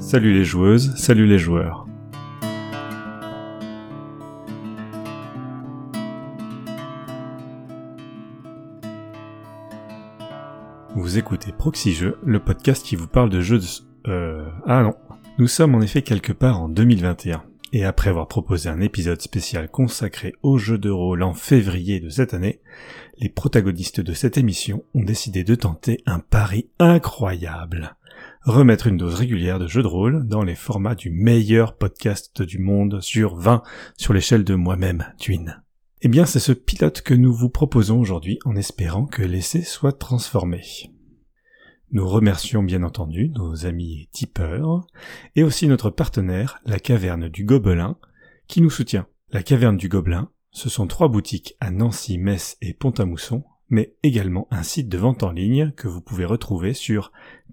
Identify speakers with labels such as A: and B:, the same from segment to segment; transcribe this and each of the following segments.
A: Salut les joueuses, salut les joueurs. Vous écoutez Proxy Jeux, le podcast qui vous parle de jeux de... Ah non. Nous sommes en effet quelque part en 2021. Et après avoir proposé un épisode spécial consacré aux jeux de rôle en février de cette année, les protagonistes de cette émission ont décidé de tenter un pari incroyable. Remettre une dose régulière de jeux de rôle dans les formats du meilleur podcast du monde sur 20 sur l'échelle de moi-même, Twin. Eh bien, c'est ce pilote que nous vous proposons aujourd'hui en espérant que l'essai soit transformé. Nous remercions bien entendu nos amis tipeurs et aussi notre partenaire, la Caverne du Gobelin, qui nous soutient. La Caverne du Gobelin, ce sont 3 boutiques à Nancy, Metz et Pont-à-Mousson, mais également un site de vente en ligne que vous pouvez retrouver sur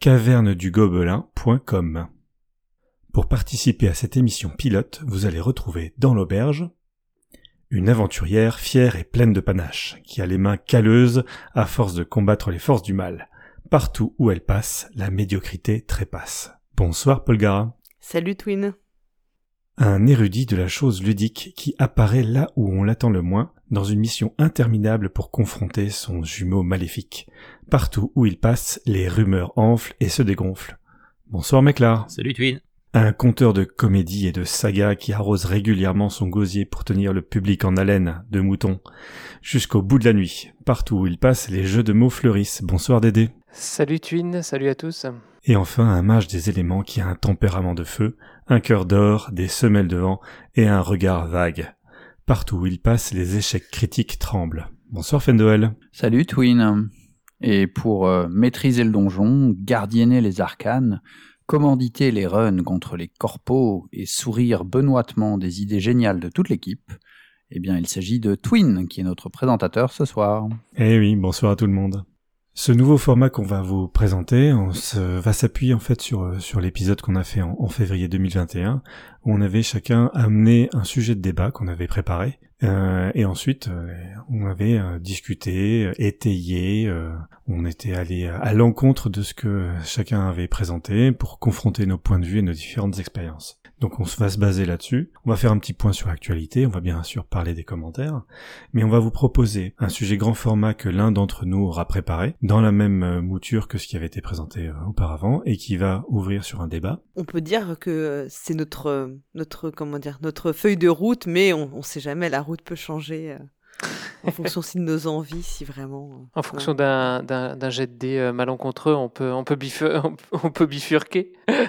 A: cavernedugobelin.com. Pour participer à cette émission pilote, vous allez retrouver dans l'auberge une aventurière fière et pleine de panache, qui a les mains calleuses à force de combattre les forces du mal. Partout où elle passe, la médiocrité trépasse. Bonsoir Paul Gara.
B: Salut Twin.
A: Un érudit de la chose ludique qui apparaît là où on l'attend le moins, dans une mission interminable pour confronter son jumeau maléfique. Partout où il passe, les rumeurs enflent et se dégonflent. Bonsoir Méclar.
C: Salut Twin.
A: Un conteur de comédie et de saga qui arrose régulièrement son gosier pour tenir le public en haleine de mouton. Jusqu'au bout de la nuit, partout où il passe, les jeux de mots fleurissent. Bonsoir Dédé.
D: Salut Twin, salut à tous.
A: Et enfin un mage des éléments qui a un tempérament de feu, un cœur d'or, des semelles de vent et un regard vague. Partout où il passe, les échecs critiques tremblent. Bonsoir Fendoel.
E: Salut Twin. Et pour maîtriser le donjon, gardienner les arcanes, commanditer les runs contre les corpos et sourire benoîtement des idées géniales de toute l'équipe, eh bien il s'agit de Twin qui est notre présentateur ce soir.
A: Eh oui, bonsoir à tout le monde. Ce nouveau format qu'on va vous présenter, va s'appuyer en fait sur l'épisode qu'on a fait en février 2021, où on avait chacun amené un sujet de débat qu'on avait préparé, et ensuite on avait discuté, étayé, on était allé à l'encontre de ce que chacun avait présenté pour confronter nos points de vue et nos différentes expériences. Donc on va se baser là-dessus, on va faire un petit point sur l'actualité, on va bien sûr parler des commentaires, mais on va vous proposer un sujet grand format que l'un d'entre nous aura préparé, dans la même mouture que ce qui avait été présenté auparavant, et qui va ouvrir sur un débat.
B: On peut dire que c'est notre feuille de route, mais on sait jamais, la route peut changer en fonction aussi de nos envies, si vraiment...
D: En fonction d'un jet de dés malencontreux, on peut bifurquer.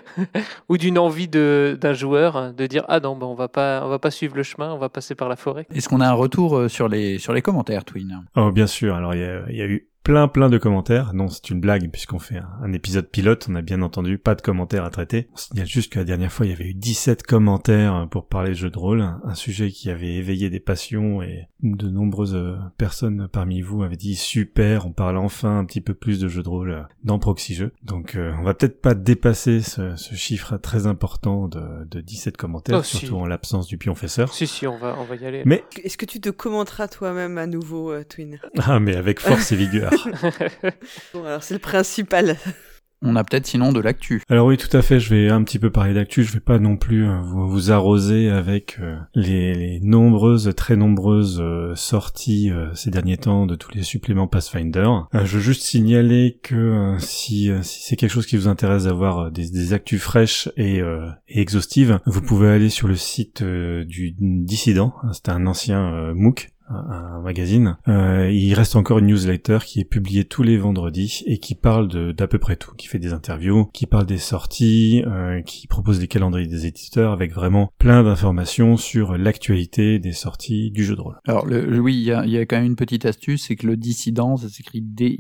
D: Ou d'une envie d'un joueur de dire « Ah non, on va pas suivre le chemin, on va passer par la forêt. »
E: Est-ce qu'on a un retour sur les commentaires, Twin ?
A: Oh bien sûr, alors il y a eu plein de commentaires. Non, c'est une blague puisqu'on fait un épisode pilote, on a bien entendu pas de commentaires à traiter. On signale juste que la dernière fois, il y avait eu 17 commentaires pour parler de jeux de rôle, un sujet qui avait éveillé des passions et de nombreuses personnes parmi vous avaient dit super, on parle enfin un petit peu plus de jeux de rôle dans Proxy Jeux. Donc on va peut-être pas dépasser ce chiffre très important de 17 commentaires, surtout en l'absence du pionfesseur.
D: Si, on va y aller.
A: Mais
B: est-ce que tu te commenteras toi-même à nouveau, Twin ?
A: Ah, mais avec force et vigueur.
B: Bon, alors c'est le principal.
E: On a peut-être sinon de l'actu.
A: Alors oui, tout à fait, je vais un petit peu parler d'actu, je vais pas non plus vous arroser avec les très nombreuses sorties ces derniers temps de tous les suppléments Pathfinder. Je veux juste signaler que si c'est quelque chose qui vous intéresse d'avoir des actus fraîches et exhaustives, vous pouvez aller sur le site du Dissident, c'est un ancien MOOC, un magazine. Il reste encore une newsletter qui est publiée tous les vendredis et qui parle d'à peu près tout, qui fait des interviews, qui parle des sorties, qui propose des calendriers des éditeurs avec vraiment plein d'informations sur l'actualité des sorties du jeu de rôle.
E: Alors oui, il y a quand même une petite astuce, c'est que le dissident, ça s'écrit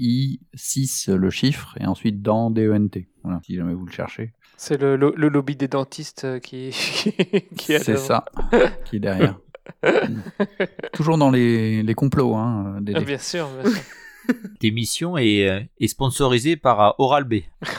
E: DI6 le chiffre et ensuite dans DENT. Voilà, si jamais vous le cherchez.
D: C'est le lobby des dentistes qui est
E: c'est ça, qui est derrière. Toujours dans les complots, hein.
D: Ah, bien sûr.
C: L'émission est sponsorisée par Oral-B.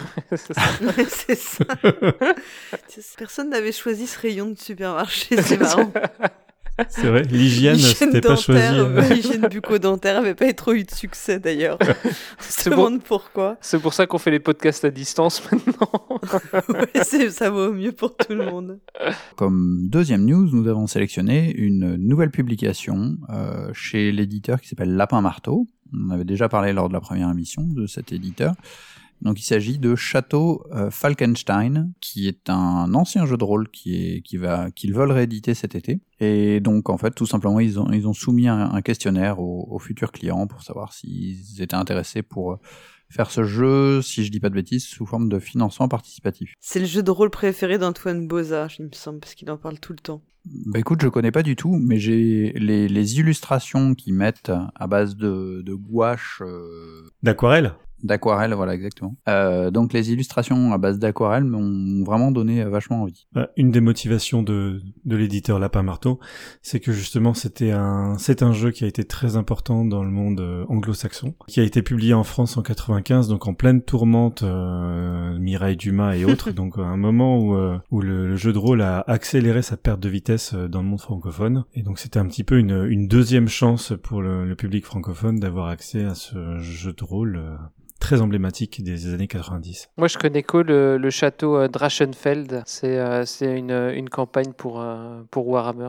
B: C'est ça. Personne n'avait choisi ce rayon de supermarché, c'est marrant.
A: C'est vrai, l'hygiène, c'était pas choisi.
B: L'hygiène bucco-dentaire avait pas trop eu de succès d'ailleurs. On se demande pourquoi.
D: C'est pour ça qu'on fait les podcasts à distance maintenant.
B: Ouais, ça vaut mieux pour tout le monde.
E: Comme deuxième news, nous avons sélectionné une nouvelle publication chez l'éditeur qui s'appelle Lapin Marteau. On avait déjà parlé lors de la première émission de cet éditeur. Donc il s'agit de Château Falkenstein, qui est un ancien jeu de rôle qu'ils veulent rééditer cet été. Et donc en fait, tout simplement, ils ont soumis un questionnaire aux futurs clients pour savoir s'ils étaient intéressés pour faire ce jeu, si je dis pas de bêtises, sous forme de financement participatif.
B: C'est le jeu de rôle préféré d'Antoine Boza, il me semble, parce qu'il en parle tout le temps.
E: Bah écoute, je connais pas du tout, mais j'ai les illustrations qu'ils mettent à base de gouache... D'aquarelle, voilà, exactement. Donc les illustrations à base d'aquarelle m'ont vraiment donné vachement envie.
A: Une des motivations de l'éditeur Lapin Marteau, c'est que justement c'est un jeu qui a été très important dans le monde anglo-saxon, qui a été publié en France en 95, donc en pleine tourmente Mireille Dumas et autres, donc un moment où le jeu de rôle a accéléré sa perte de vitesse dans le monde francophone, et donc c'était un petit peu une deuxième chance pour le public francophone d'avoir accès à ce jeu de rôle très emblématique des années 90.
D: Moi, je connais le château Drachenfeld. C'est une campagne pour Warhammer.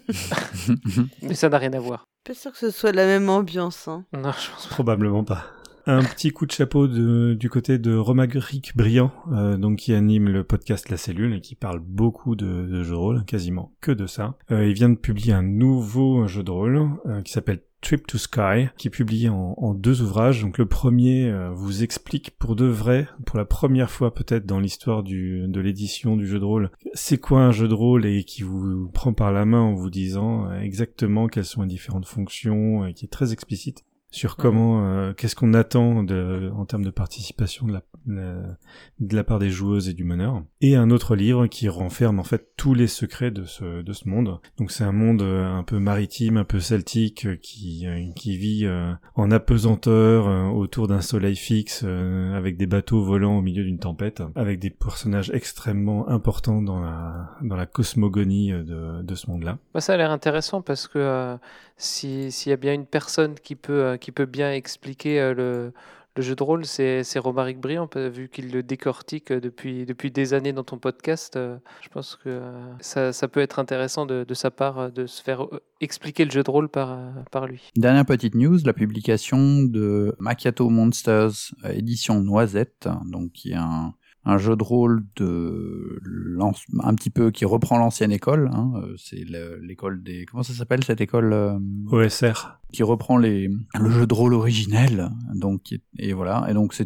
D: Mais ça n'a rien à voir.
B: Pas sûr que ce soit la même ambiance. Hein.
D: Non, je pense pas.
A: Probablement pas. Un petit coup de chapeau du côté de Romaric Briand, donc qui anime le podcast La Cellule et qui parle beaucoup de jeux de rôle, quasiment que de ça. Il vient de publier un nouveau jeu de rôle qui s'appelle Trip to Sky, qui est publié en 2 ouvrages. Donc le premier vous explique pour de vrai, pour la première fois peut-être dans l'histoire de l'édition du jeu de rôle, c'est quoi un jeu de rôle, et qui vous prend par la main en vous disant exactement quelles sont les différentes fonctions, qui est très explicite sur comment, qu'est-ce qu'on attend en termes de participation de la part des joueuses et du meneur. Et un autre livre qui renferme en fait tous les secrets de ce monde. Donc c'est un monde un peu maritime, un peu celtique, qui vit en apesanteur autour d'un soleil fixe, avec des bateaux volant au milieu d'une tempête, avec des personnages extrêmement importants dans la cosmogonie de ce monde-là.
D: Bah, ça a l'air intéressant parce que s'il y a bien une personne qui peut bien expliquer le jeu de rôle, c'est Romaric Briand, vu qu'il le décortique depuis des années dans ton podcast. Je pense que ça peut être intéressant de sa part de se faire expliquer le jeu de rôle par lui.
E: Dernière petite news, la publication de Macchiato Monsters, édition Noisette, donc qui est un jeu de rôle un petit peu qui reprend l'ancienne école, hein, c'est l'école des... Comment ça s'appelle cette école
A: OSR.
E: Qui reprend le jeu de rôle originel, donc, et voilà, et donc c'est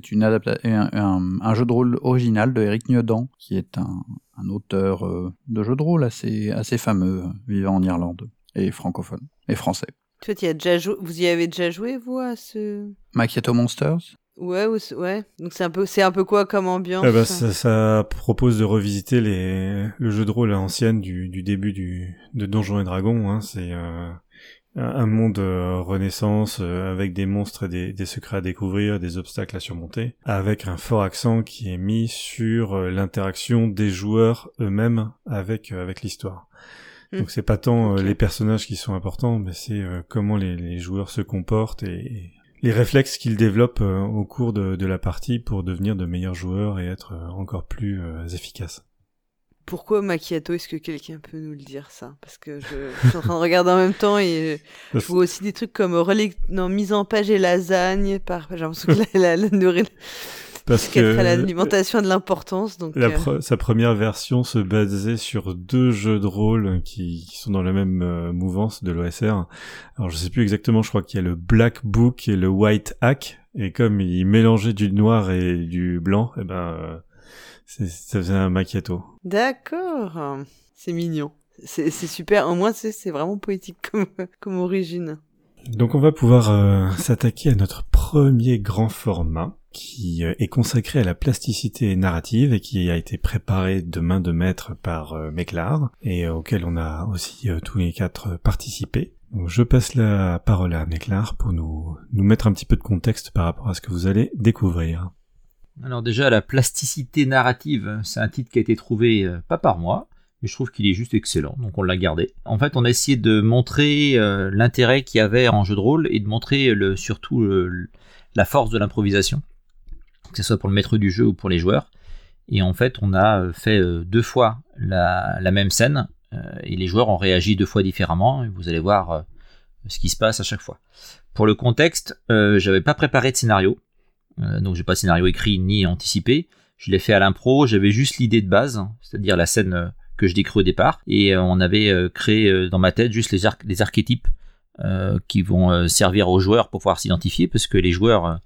E: un jeu de rôle original de Eric Niedan, qui est un auteur de jeu de rôle assez fameux, vivant en Irlande, et francophone, et français.
B: Toi, vous y avez déjà joué, vous, à ce...
E: Macchiato Monsters ?
B: Ouais. Donc c'est un peu quoi comme ambiance?
A: Ça propose de revisiter le jeu de rôle à l'ancienne du début de Donjons et Dragons. Hein. C'est un monde renaissance avec des monstres et des secrets à découvrir, des obstacles à surmonter, avec un fort accent qui est mis sur l'interaction des joueurs eux-mêmes avec l'histoire. Donc c'est pas tant les personnages qui sont importants, mais c'est comment les joueurs se comportent et les réflexes qu'ils développent au cours de la partie pour devenir de meilleurs joueurs et être encore plus efficaces.
B: Pourquoi Macchiato? Est-ce que quelqu'un peut nous le dire, ça? Parce que je suis en train de regarder en même temps et je vois aussi des trucs comme mise en page et lasagne. J'ai l'impression que la nourriture... Parce que l'alimentation a de l'importance. Donc
A: sa première version se basait sur 2 jeux de rôle qui sont dans la même mouvance de l'OSR. Alors je sais plus exactement, je crois qu'il y a le Black Book et le White Hack, et comme ils mélangeaient du noir et du blanc, ça faisait un macchiato.
B: D'accord, c'est mignon. C'est super, au moins c'est vraiment poétique comme origine.
A: Donc on va pouvoir s'attaquer à notre premier grand format, qui est consacré à la plasticité narrative et qui a été préparé de main de maître par Méclar, et auquel on a aussi tous les 4 participé. Donc je passe la parole à Méclar pour nous mettre un petit peu de contexte par rapport à ce que vous allez découvrir.
C: Alors déjà, la plasticité narrative, c'est un titre qui a été trouvé pas par moi, Et je trouve qu'il est juste excellent, donc on l'a gardé. En fait, on a essayé de montrer l'intérêt qu'il y avait en jeu de rôle et de montrer surtout la force de l'improvisation, que ce soit pour le maître du jeu ou pour les joueurs. Et en fait, on a fait 2 fois la même scène et les joueurs ont réagi 2 fois différemment. Et vous allez voir ce qui se passe à chaque fois. Pour le contexte, j'avais pas préparé de scénario, donc j'ai pas de scénario écrit ni anticipé. Je l'ai fait à l'impro, j'avais juste l'idée de base, c'est-à-dire la scène que je décris au départ, et on avait créé dans ma tête juste les archétypes qui vont servir aux joueurs pour pouvoir s'identifier, parce que les joueurs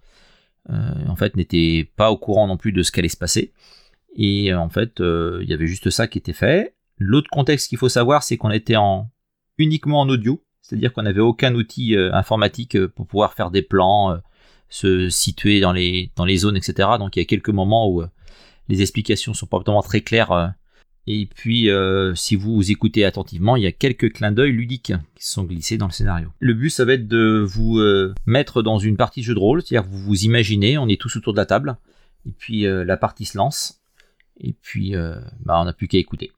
C: en fait n'étaient pas au courant non plus de ce qu'allait se passer, et en fait il y avait juste ça qui était fait. L'autre contexte qu'il faut savoir, c'est qu'on était uniquement en audio, c'est-à-dire qu'on n'avait aucun outil informatique pour pouvoir faire des plans, se situer dans les zones, etc. Donc il y a quelques moments où les explications sont pas vraiment très claires. Et puis, si vous écoutez attentivement, il y a quelques clins d'œil ludiques qui sont glissés dans le scénario. Le but, ça va être de vous mettre dans une partie de jeu de rôle, c'est-à-dire que vous vous imaginez, on est tous autour de la table, et puis la partie se lance, et puis on n'a plus qu'à écouter.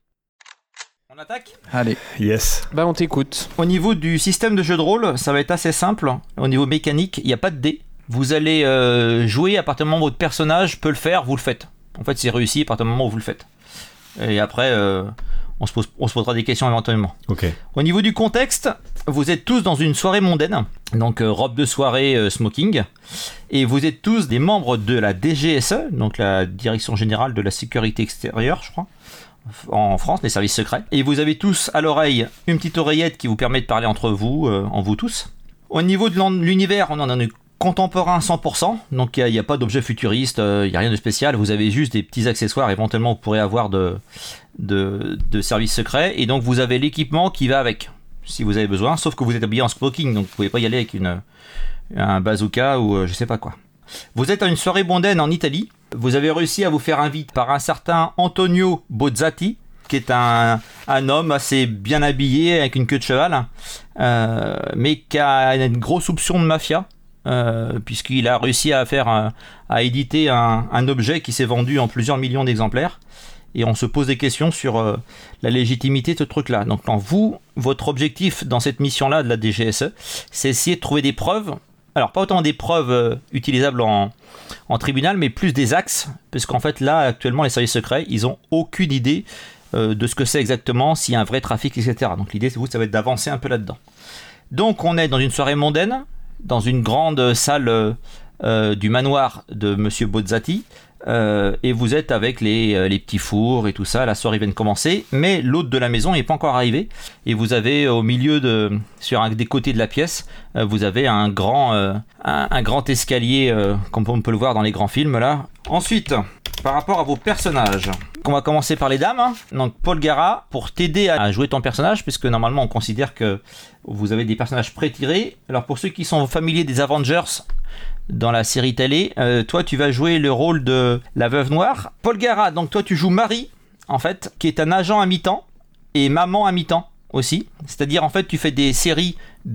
C: On attaque ?
E: Allez.
A: Yes.
D: On t'écoute.
C: Au niveau du système de jeu de rôle, ça va être assez simple. Au niveau mécanique, il n'y a pas de dés. Vous allez jouer à partir du moment où votre personnage peut le faire, vous le faites. En fait, c'est réussi à partir du moment où vous le faites. Et après, on se posera des questions éventuellement.
A: Ok.
C: Au niveau du contexte, vous êtes tous dans une soirée mondaine, donc robe de soirée, smoking, et vous êtes tous des membres de la DGSE, donc la Direction Générale de la Sécurité Extérieure, je crois, en France, les services secrets. Et vous avez tous à l'oreille une petite oreillette qui vous permet de parler entre vous, en vous tous. Au niveau de l'univers, on en est contemporain 100%, donc il n'y a pas d'objet futuriste, il n'y a rien de spécial, vous avez juste des petits accessoires éventuellement vous pourrez avoir de services secrets, et donc vous avez l'équipement qui va avec, si vous avez besoin, sauf que vous êtes habillé en smoking, donc vous pouvez pas y aller avec un bazooka ou je sais pas quoi. Vous êtes à une soirée mondaine en Italie, vous avez réussi à vous faire inviter par un certain Antonio Bozzati, qui est un homme assez bien habillé avec une queue de cheval, mais qui a une grosse soupçon de mafia. Puisqu'il a réussi à éditer un objet qui s'est vendu en plusieurs millions d'exemplaires, et on se pose des questions sur la légitimité de ce truc là. Donc votre objectif dans cette mission là de la DGSE, c'est essayer de trouver des preuves, alors pas autant des preuves utilisables en tribunal, mais plus des axes, parce qu'en fait là actuellement les services secrets ils ont aucune idée de ce que c'est exactement, s'il y a un vrai trafic, etc. Donc l'idée ça va être d'avancer un peu là-dedans. Donc on est dans une soirée mondaine, dans une grande salle du manoir de Monsieur Bozzati, et vous êtes avec les petits fours et tout ça, la soirée vient de commencer, mais l'hôte de la maison n'est pas encore arrivé, et vous avez au milieu sur un des côtés de la pièce, vous avez un grand escalier, comme on peut le voir dans les grands films là. Ensuite, par rapport à vos personnages, on va commencer par les dames. Donc Paul Gara, pour t'aider à jouer ton personnage, puisque normalement on considère que vous avez des personnages pré-tirés. Alors pour ceux qui sont familiers des Avengers dans la série télé, toi tu vas jouer le rôle de la veuve noire. Paul Gara, donc toi tu joues Marie, en fait, qui est un agent à mi-temps et maman à mi-temps aussi. C'est-à-dire en fait tu fais des séries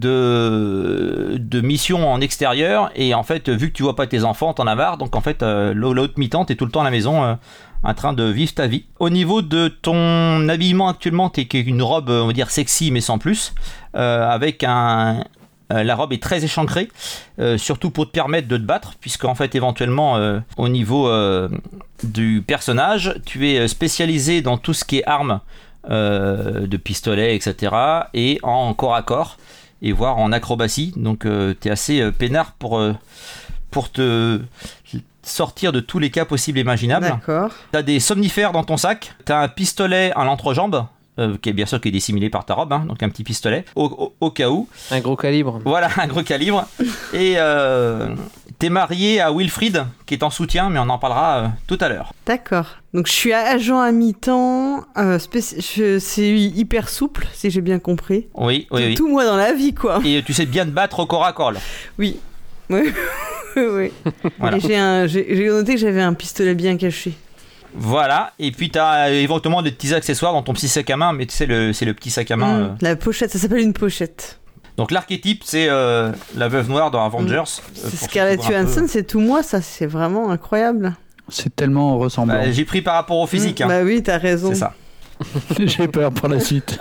C: de missions en extérieur, et en fait vu que tu vois pas tes enfants t'en as marre, donc en fait l'autre mi-temps t'es tout le temps à la maison en train de vivre ta vie. Au niveau de ton habillement actuellement, t'es une robe on va dire sexy mais sans plus, avec la robe est très échancrée, surtout pour te permettre de te battre, puisqu'en fait éventuellement au niveau du personnage tu es spécialisé dans tout ce qui est armes, de pistolet, etc., et en corps à corps, et voire en acrobatie. Donc t'es assez peinard pour te sortir de tous les cas possibles et imaginables.
B: D'accord.
C: T'as des somnifères dans ton sac, t'as un pistolet à l'entrejambe, qui est bien sûr qui est dissimulé par ta robe, donc un petit pistolet au cas où.
D: Un gros calibre.
C: Voilà, un gros calibre. Et t'es marié à Wilfried, qui est en soutien, mais on en parlera tout à l'heure.
B: D'accord. Donc je suis agent à mi-temps, c'est hyper souple, si j'ai bien compris.
C: Oui.
B: Tout moi dans la vie, quoi.
C: Et tu sais bien te battre au corps à corps, là.
B: Oui. Oui. Voilà. Et j'ai noté que j'avais un pistolet bien caché.
C: Voilà, et puis t'as éventuellement des petits accessoires dans ton petit sac à main, mais tu sais, c'est le petit sac à main.
B: La pochette, ça s'appelle une pochette.
C: Donc l'archétype, c'est la veuve noire dans Avengers.
B: C'est Scarlett Johansson, c'est tout moi, ça, c'est vraiment incroyable.
E: C'est tellement ressemblant.
C: J'ai pris par rapport au physique.
B: Bah oui, t'as raison.
C: C'est ça.
E: J'ai peur pour la suite.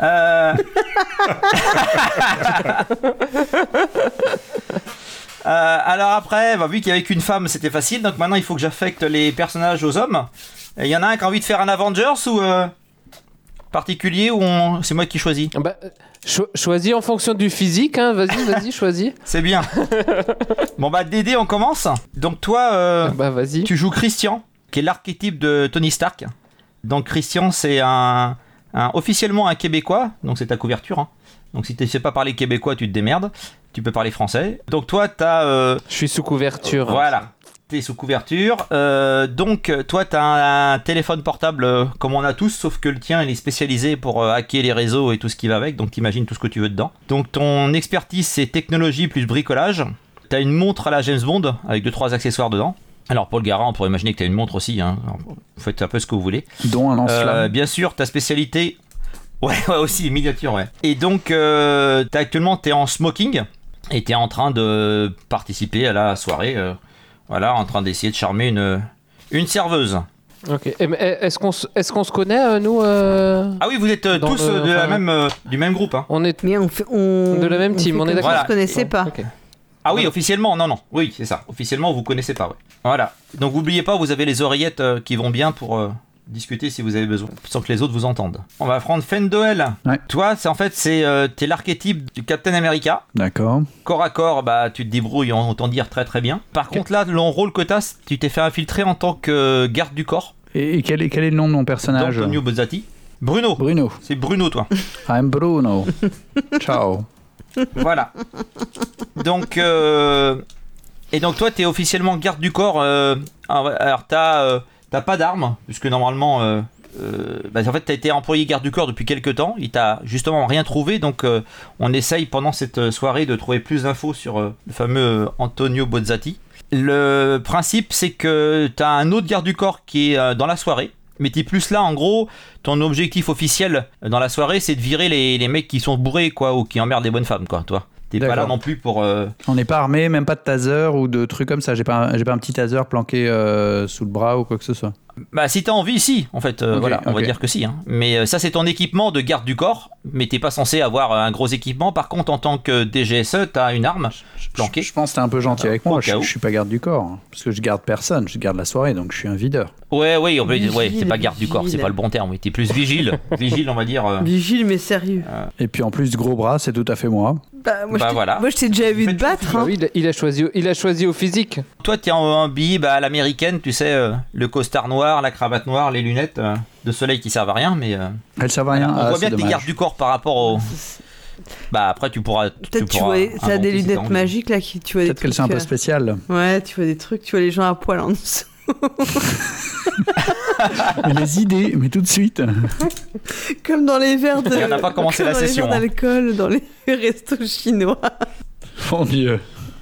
C: Alors après, vu qu'il n'y avait qu'une femme, c'était facile. Donc maintenant, il faut que j'affecte les personnages aux hommes. Il y en a un qui a envie de faire un Avengers ou particulier ou c'est moi qui choisis?
D: Choisis en fonction du physique, hein. Vas-y, choisis.
C: C'est bien. Bon Dédé, on commence. Donc toi,
D: vas-y.
C: tu joues Christian, qui est l'archétype de Tony Stark. Donc Christian, c'est officiellement un Québécois, donc c'est ta couverture. Hein. Donc si tu ne sais pas parler québécois, tu te démerdes. Tu peux parler français. Donc toi, t'as...
D: Je suis sous couverture.
C: Voilà. T'es sous couverture. Donc toi, t'as un téléphone portable comme on a tous, sauf que le tien, il est spécialisé pour hacker les réseaux et tout ce qui va avec. Donc t'imagines tout ce que tu veux dedans. Donc ton expertise, c'est technologie plus bricolage. T'as une montre à la James Bond avec 2-3 accessoires dedans. Alors Paul Gara, on pourrait imaginer que t'as une montre aussi. Hein. Vous faites un peu ce que vous voulez.
E: Dont un lance-flamme.
C: Bien sûr, ta spécialité... Ouais, aussi, miniature, ouais. Et donc, actuellement, t'es en smoking et t'es en train de participer à la soirée. En train d'essayer de charmer une serveuse.
D: Ok. Est-ce qu'on se connaît, nous
C: Ah oui, vous êtes tous du même groupe. Hein.
D: On est
B: de
D: la même team, on est d'accord.
B: On se connaissait pas.
D: Okay.
C: Ah oui, officiellement, non. Oui, c'est ça. Officiellement, vous connaissez pas, ouais. Voilà. Donc, n'oubliez pas, vous avez les oreillettes qui vont bien pour... discuter si vous avez besoin, sans que les autres vous entendent. On va prendre Fendoel.
E: Ouais.
C: Toi, t'es l'archétype du Captain America.
E: D'accord.
C: Corps à corps, tu te débrouilles, autant dire très très bien. Par contre là, le rôle que tu t'es fait infiltrer en tant que garde du corps.
E: Et quel est le nom de mon personnage?
C: Antonio Bozzati. Bruno. C'est Bruno, toi.
E: I'm Bruno. Ciao.
C: Voilà. Donc, et donc toi, t'es officiellement garde du corps. Alors t'as pas d'arme, puisque normalement, en fait, t'as été employé garde du corps depuis quelques temps. Il t'a justement rien trouvé, donc on essaye pendant cette soirée de trouver plus d'infos sur le fameux Antonio Bozzati. Le principe, c'est que t'as un autre garde du corps qui est dans la soirée, mais t'es plus là, en gros, ton objectif officiel dans la soirée, c'est de virer les mecs qui sont bourrés, quoi, ou qui emmerdent les bonnes femmes, quoi, toi. T'es pas là non plus pour...
E: On n'est pas armé, même pas de taser ou de trucs comme ça. J'ai pas un petit taser planqué sous le bras ou quoi que ce soit.
C: Si t'as envie, si, en fait. On va dire que si. Hein. Mais ça, c'est ton équipement de garde du corps. Mais t'es pas censé avoir un gros équipement. Par contre, en tant que DGSE, t'as une arme planquée.
E: Je pense que t'es un peu gentil avec moi. Je suis pas garde du corps. Hein, parce que je garde personne. Je garde la soirée, donc je suis un videur.
C: Ouais, c'est pas garde du corps. C'est pas le bon terme. Oui. T'es plus vigile. Vigile, on va dire.
B: Vigile, mais sérieux.
E: Et puis en plus, gros bras, c'est tout à fait moi.
B: Moi, je t'ai déjà vu te battre. Hein.
D: Oui, il a choisi au physique.
C: Toi, t'es en billet à l'américaine, tu sais, le costard noir, la cravate noire, les lunettes de soleil qui servent à rien, mais...
E: Elles servent à rien.
C: On voit bien que t'es garde du corps par rapport au... après, tu pourras...
B: Peut-être tu as des lunettes magiques, là, tu vois.
E: Peut-être qu'elles sont un peu spéciales.
B: Ouais, tu vois des trucs, tu vois les gens à poil en dessous.
E: Les idées, mais tout de suite.
B: Comme dans les verres de...
C: Et on n'a pas commencé la session.
B: Dans les verres d'alcool, dans les restos chinois.
E: Mon Dieu.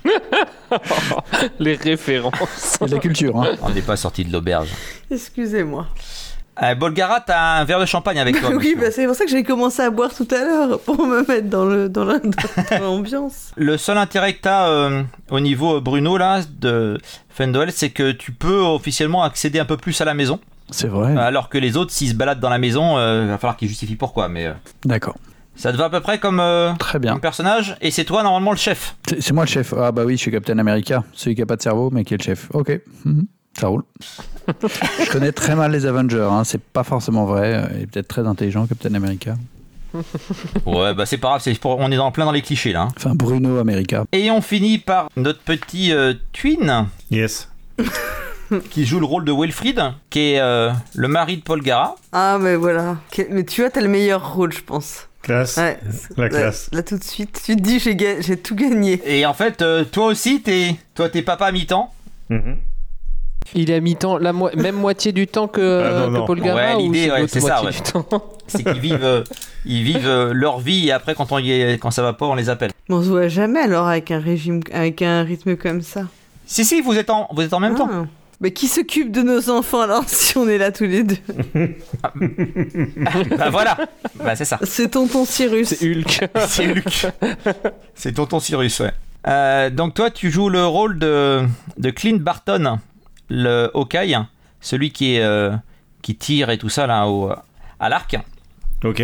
D: Les références.
E: C'est de la culture, hein.
C: On n'est pas sorti de l'auberge.
B: Excusez-moi.
C: Bolgara, t'as un verre de champagne avec toi.
B: Oui, c'est pour ça que j'ai commencé à boire tout à l'heure, pour me mettre dans l'ambiance.
C: Le seul intérêt que t'as au niveau Bruno, là, de Fendoel, c'est que tu peux officiellement accéder un peu plus à la maison.
E: C'est vrai.
C: Alors que les autres, s'ils se baladent dans la maison, il va falloir qu'ils justifient pourquoi. Mais
E: d'accord.
C: Ça te va à peu près comme
E: très bien.
C: Comme personnage. Et c'est toi, normalement, le chef.
E: C'est moi le chef. Ah bah oui, je suis Captain America. Celui qui a pas de cerveau, mais qui est le chef. Ok. Ça roule. Je connais très mal les Avengers, hein. C'est pas forcément vrai. Il est peut-être très intelligent, Captain America.
C: Ouais, c'est pas grave, on est plein dans les clichés là. Hein.
E: Enfin, Bruno America.
C: Et on finit par notre petit Twin.
A: Yes.
C: Qui joue le rôle de Wilfried, qui est le mari de Paul Gara.
B: Ah, mais voilà. Mais tu vois, t'as le meilleur rôle, je pense.
A: Classe. Ouais, la classe.
B: Là, tout de suite, tu te dis, j'ai tout gagné.
C: Et en fait, toi aussi, t'es papa à mi-temps.
A: Mm-hmm.
D: Il est à mi-temps, même moitié du temps que Paul Gara.
C: Ouais, l'idée, c'est ça. Ouais.
D: Du temps.
C: C'est qu'ils vivent leur vie et après, quand ça va pas, on les appelle.
B: Mais on se voit jamais alors avec un rythme comme ça.
C: Si, vous êtes en même temps.
B: Mais qui s'occupe de nos enfants alors si on est là tous les deux?
C: Voilà, c'est ça.
B: C'est tonton Cyrus.
D: C'est Hulk.
C: C'est Hulk. C'est tonton Cyrus, ouais. Donc toi, tu joues le rôle de Clint Barton, le Hawkeye, celui qui tire et tout ça là à l'arc.
A: Ok.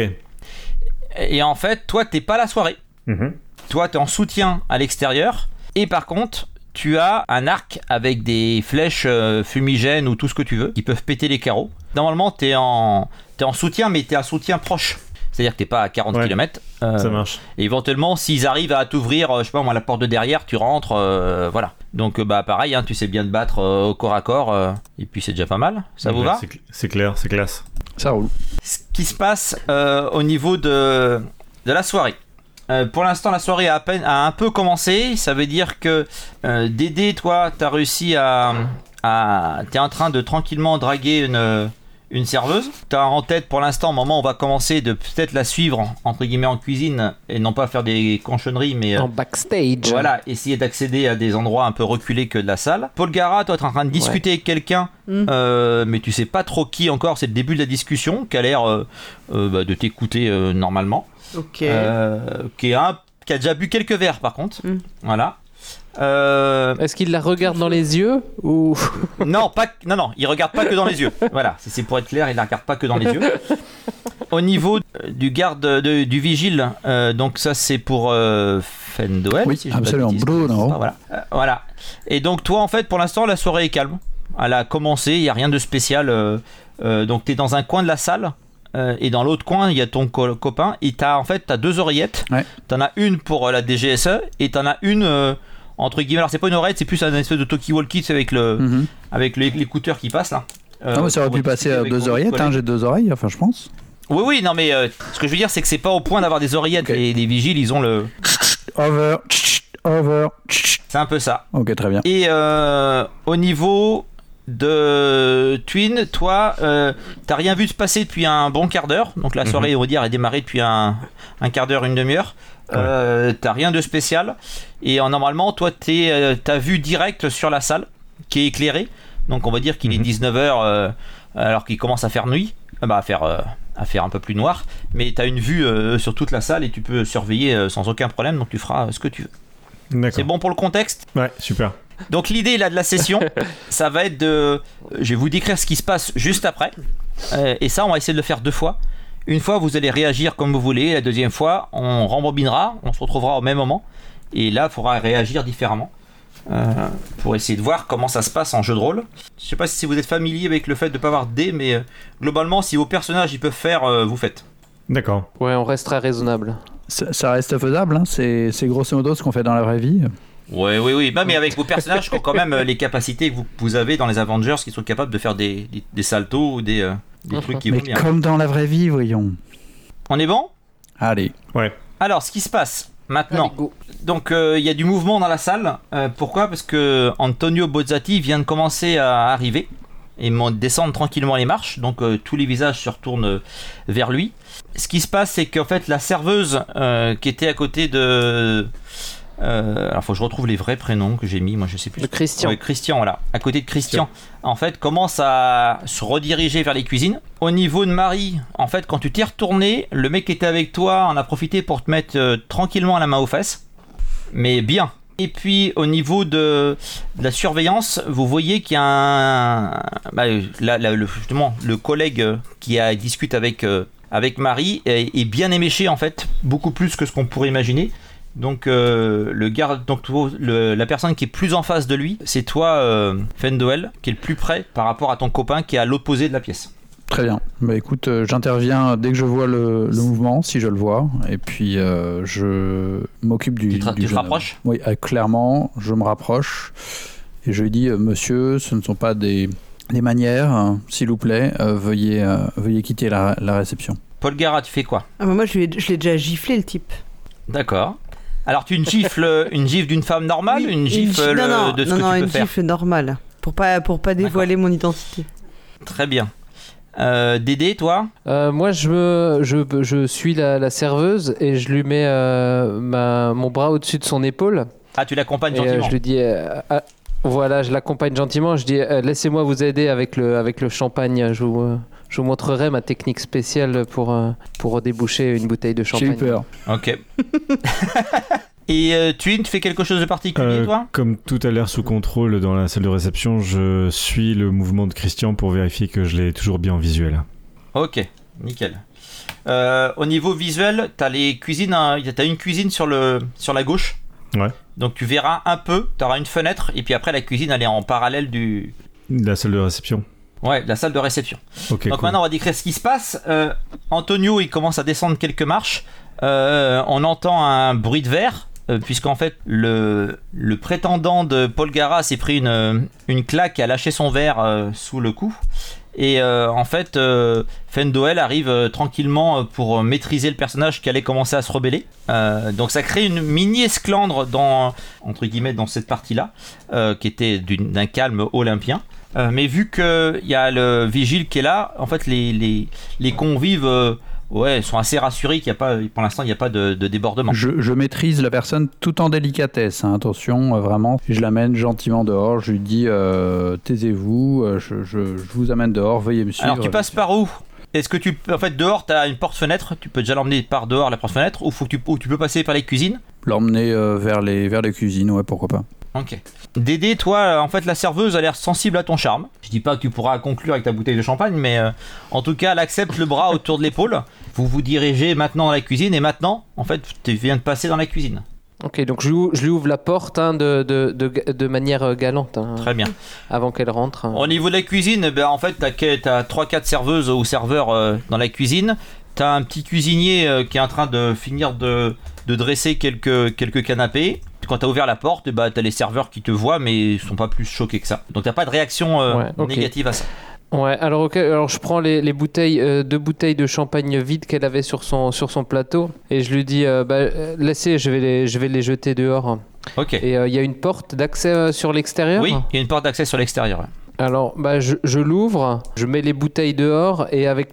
C: Et en fait, toi, t'es pas à la soirée. Toi, t'es en soutien à l'extérieur. Et par contre, tu as un arc avec des flèches fumigènes ou tout ce que tu veux qui peuvent péter les carreaux. Normalement, t'es en soutien, mais t'es un soutien proche. C'est-à-dire que t'es pas à 40 km.
A: Ça marche.
C: Et éventuellement, s'ils arrivent à t'ouvrir, je sais pas moi, la porte de derrière, tu rentres, voilà. Donc pareil, hein, tu sais bien te battre au corps à corps, et puis c'est déjà pas mal. Ça vous va ?
A: C'est clair, c'est classe.
E: Ça roule.
C: Ce qui se passe au niveau de la soirée. Pour l'instant, la soirée a un peu commencé. Ça veut dire que Dédé, toi, t'as réussi t'es en train de tranquillement draguer une serveuse. T'as en tête pour l'instant, au moment où on va commencer, de peut-être la suivre entre guillemets en cuisine et non pas faire des conchonneries, mais
D: en backstage.
C: Voilà, essayer d'accéder à des endroits un peu reculés que de la salle. Paul Gara, toi, t'es en train de discuter avec quelqu'un, mais tu sais pas trop qui encore. C'est le début de la discussion, qui a l'air de t'écouter normalement.
B: Ok.
C: Qui a déjà bu quelques verres par contre. Voilà.
D: Est-ce qu'il la regarde dans les yeux ou
C: non, il regarde pas que dans les yeux. Voilà, c'est pour être clair, il la regarde pas que dans les yeux. Au niveau du garde du vigile, donc ça c'est pour Fendoel.
E: Oui,
C: si je
E: absolument. Bruno.
C: Voilà. Et donc toi en fait pour l'instant la soirée est calme. Elle a commencé, il y a rien de spécial. Donc t'es dans un coin de la salle. Et dans l'autre coin, il y a ton copain. Et t'as 2 oreillettes. Ouais. T'en as une pour la DGSE et t'en as une entre guillemets. Alors c'est pas une oreillette, c'est plus un espèce de talkie-walkie avec avec l'écouteur qui passe là.
E: Mais ça aurait pu passer à 2 oreillettes. J'ai 2 oreilles, enfin je pense.
C: Oui, non mais ce que je veux dire, c'est que c'est pas au point d'avoir des oreillettes. Okay. Les vigiles, ils ont le
E: over.
C: C'est un peu ça.
E: Ok, très bien.
C: Et au niveau de Twin, toi, t'as rien vu se passer depuis un bon quart d'heure. Donc la soirée, on va dire, est démarrée depuis un quart d'heure, une demi-heure. T'as rien de spécial. Et normalement, toi, t'as vue direct sur la salle qui est éclairée. Donc on va dire qu'il est 19h alors qu'il commence à faire nuit. À faire un peu plus noir. Mais t'as une vue sur toute la salle et tu peux surveiller sans aucun problème. Donc tu feras ce que tu veux.
A: D'accord.
C: C'est bon pour le contexte ?
A: Ouais, super.
C: Donc l'idée là de la session, ça va être je vais vous décrire ce qui se passe juste après, et ça on va essayer de le faire 2 fois. Une fois vous allez réagir comme vous voulez, la deuxième fois on rembobinera, on se retrouvera au même moment, et là il faudra réagir différemment pour essayer de voir comment ça se passe en jeu de rôle. Je sais pas si vous êtes familier avec le fait de ne pas avoir de dés, mais globalement si vos personnages ils peuvent faire, vous faites.
A: D'accord.
D: Ouais, on reste très raisonnable.
E: Ça reste faisable, hein. C'est grosso modo ce qu'on fait dans la vraie vie.
C: Oui. Mais avec vos personnages qui ont quand même les capacités que vous avez dans les Avengers, qui sont capables de faire des saltos ou des trucs qui vont bien.
E: Mais comme dans la vraie vie, voyons.
C: On est bon ?
E: Allez.
A: Ouais.
C: Alors, ce qui se passe maintenant. Donc, il y a du mouvement dans la salle. Pourquoi ? Parce que Antonio Bozzati vient de commencer à arriver et descendre tranquillement les marches. Donc, tous les visages se retournent vers lui. Ce qui se passe, c'est qu'en fait, la serveuse qui était à côté de... alors faut que je retrouve les vrais prénoms que j'ai mis, moi je sais plus.
D: Christian.
C: Christian, voilà. À côté de Christian, en fait, commence à se rediriger vers les cuisines. Au niveau de Marie, en fait, quand tu t'es retourné, le mec qui était avec toi en a profité pour te mettre tranquillement la main aux fesses. Mais bien. Et puis au niveau de la surveillance, vous voyez qu'il y a justement le collègue qui discute avec Marie est bien éméché en fait, beaucoup plus que ce qu'on pourrait imaginer. Donc le garde, donc la personne qui est plus en face de lui, c'est toi, Fendoel, qui est le plus près par rapport à ton copain qui est à l'opposé de la pièce.
E: Très bien. Écoute, j'interviens dès que je vois le mouvement, si je le vois, et puis je m'occupe du. Tu
C: te rapproches ?
E: Oui, clairement, je me rapproche et je lui dis, monsieur, ce ne sont pas des manières, s'il vous plaît, veuillez quitter la réception.
C: Paul Gara, tu fais quoi ?
B: Moi, je l'ai déjà giflé le type.
C: D'accord. Alors tu une gifle d'une femme normale,
B: oui,
C: une gifle de ce que tu peux faire ?
B: Non, une gifle normale, pour pas dévoiler mon identité.
C: Très bien. Dédé, toi ?
D: Moi, je suis la serveuse et je lui mets mon bras au-dessus de son épaule.
C: Ah, tu l'accompagnes gentiment.
D: Je lui dis, voilà, je l'accompagne gentiment. Je dis, laissez-moi vous aider avec le champagne. Je vous montrerai ma technique spéciale pour déboucher une bouteille de champagne.
E: J'ai eu peur.
C: Ok. Et Twin, tu fais quelque chose de particulier, toi ?
A: Comme tout a l'air sous contrôle dans la salle de réception, je suis le mouvement de Christian pour vérifier que je l'ai toujours bien en visuel.
C: Ok, nickel. Au niveau visuel, t'as les cuisines, t'as une cuisine sur la gauche.
A: Ouais.
C: Donc tu verras un peu, t'auras une fenêtre, et puis après la cuisine elle est en parallèle
A: La salle de réception.
C: Ouais, la salle de réception.
A: Okay,
C: donc
A: cool.
C: maintenant on va décrire ce qui se passe. Antonio il commence à descendre quelques marches. On entend un bruit de verre, puisqu'en fait le prétendant de Paul Gara s'est pris une claque et a lâché son verre sous le cou. Et en fait, Fendoel arrive tranquillement pour maîtriser le personnage qui allait commencer à se rebeller. Donc ça crée une mini esclandre entre guillemets dans cette partie-là, qui était d'un calme olympien. Mais vu qu'il y a le vigile qui est là, en fait les convives sont assez rassurés pour l'instant il n'y a pas de débordement.
E: Je maîtrise la personne tout en délicatesse, hein, attention, vraiment. Je l'amène gentiment dehors, je lui dis taisez-vous, je vous amène dehors, veuillez me suivre.
C: Alors tu passes par où ? Est-ce que dehors tu as une porte-fenêtre, tu peux déjà l'emmener par dehors la porte-fenêtre, ou tu peux passer par les cuisines ?
E: L'emmener vers les cuisines, ouais, pourquoi pas.
C: Ok. Dédé, toi, en fait, la serveuse a l'air sensible à ton charme. Je dis pas que tu pourras conclure avec ta bouteille de champagne, mais en tout cas, elle accepte le bras autour de l'épaule. Vous vous dirigez maintenant dans la cuisine, et maintenant, en fait, tu viens de passer dans la cuisine.
D: Ok, donc je lui ouvre la porte de manière galante. Hein,
C: très bien.
D: Avant qu'elle rentre.
C: Au niveau de la cuisine, en fait, t'as 3-4 serveuses ou serveurs dans la cuisine. T'as un petit cuisinier qui est en train de finir de dresser quelques canapés. Quand t'as ouvert la porte, t'as les serveurs qui te voient, mais ils sont pas plus choqués que ça. Donc t'as pas de réaction négative à ça.
D: Ouais, alors je prends les bouteilles, 2 bouteilles de champagne vides qu'elle avait sur son plateau, et je lui dis laissez, je vais les jeter dehors.
C: Ok.
D: Et il y a une porte d'accès sur l'extérieur ?
C: Oui, il y a une porte d'accès sur l'extérieur. Ouais.
D: Alors je l'ouvre, je mets les bouteilles dehors, et avec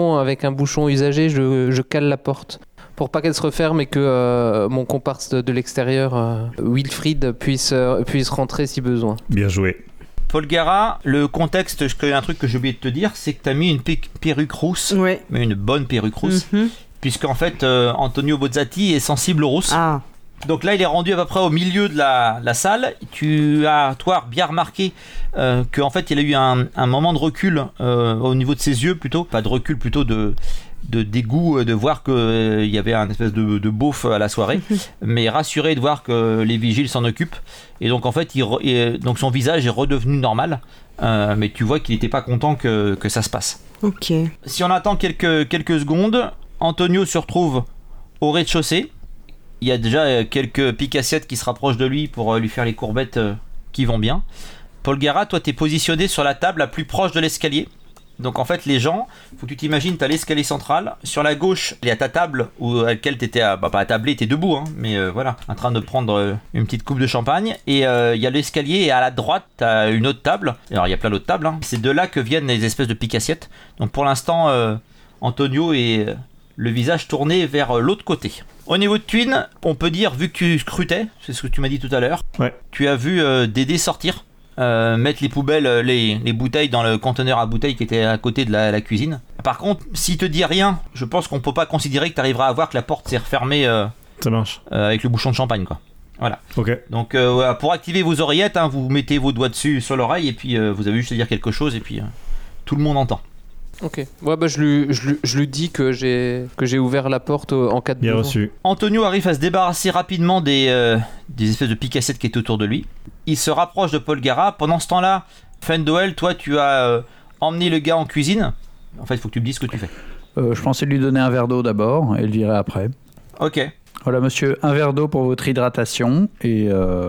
D: un bouchon usagé, je cale la porte. Pour pas qu'elle se referme et que mon comparse de l'extérieur, Wilfried, puisse rentrer si besoin.
A: Bien joué.
C: Paul Gara, le contexte, un truc que j'ai oublié de te dire, c'est que t'as mis une perruque rousse,
B: ouais.
C: Mais une bonne perruque rousse, puisqu'en fait Antonio Bozzati est sensible au rousse.
B: Ah.
C: Donc là il est rendu à peu près au milieu de la salle. Tu as toi bien remarqué qu'en fait il a eu un moment de recul au niveau de ses yeux, plutôt pas de recul, plutôt de dégoût de voir qu'il y avait un espèce de beauf à la soirée, mais rassuré de voir que les vigiles s'en occupent, et donc en fait donc son visage est redevenu normal, mais tu vois qu'il n'était pas content que ça se passe.
B: Ok.
C: Si on attend quelques secondes, Antonio se retrouve au rez-de-chaussée. Il y a déjà quelques picassiettes qui se rapprochent de lui pour lui faire les courbettes qui vont bien. Paul Gara, toi t'es positionné sur la table la plus proche de l'escalier. Donc en fait les gens, faut que tu t'imagines, t'as l'escalier central. Sur la gauche, il y a ta table à laquelle t'étais pas attablé, t'es debout, hein, mais voilà, en train de prendre une petite coupe de champagne. Et il y a l'escalier, et à la droite, t'as une autre table. Alors il y a plein d'autres tables, hein. C'est de là que viennent les espèces de picassiettes. Donc pour l'instant, Antonio est le visage tourné vers l'autre côté. Au niveau de Twin, on peut dire, vu que tu scrutais, c'est ce que tu m'as dit tout à l'heure,
A: ouais.
C: Tu as vu Dédé sortir, mettre les poubelles, les bouteilles dans le conteneur à bouteilles qui était à côté de la cuisine. Par contre, s'il te dit rien, je pense qu'on peut pas considérer que tu arriveras à voir que la porte s'est refermée
A: ça marche.
C: Avec le bouchon de champagne, quoi. Voilà.
A: Ok.
C: Donc pour activer vos oreillettes, hein, vous mettez vos doigts dessus sur l'oreille, et puis vous avez juste à dire quelque chose, et puis tout le monde entend.
D: Ok. Ouais, je lui dis que j'ai ouvert la porte en cas de besoin.
A: Bien reçu.
C: Antonio arrive à se débarrasser rapidement des espèces de picassiettes qui étaient autour de lui. Il se rapproche de Paul Gara. Pendant ce temps-là, Fendoel, toi, tu as emmené le gars en cuisine. En fait, il faut que tu me dises ce que tu fais.
E: Je pensais lui donner un verre d'eau d'abord et le virer après.
C: Ok.
E: Voilà, monsieur, un verre d'eau pour votre hydratation. Et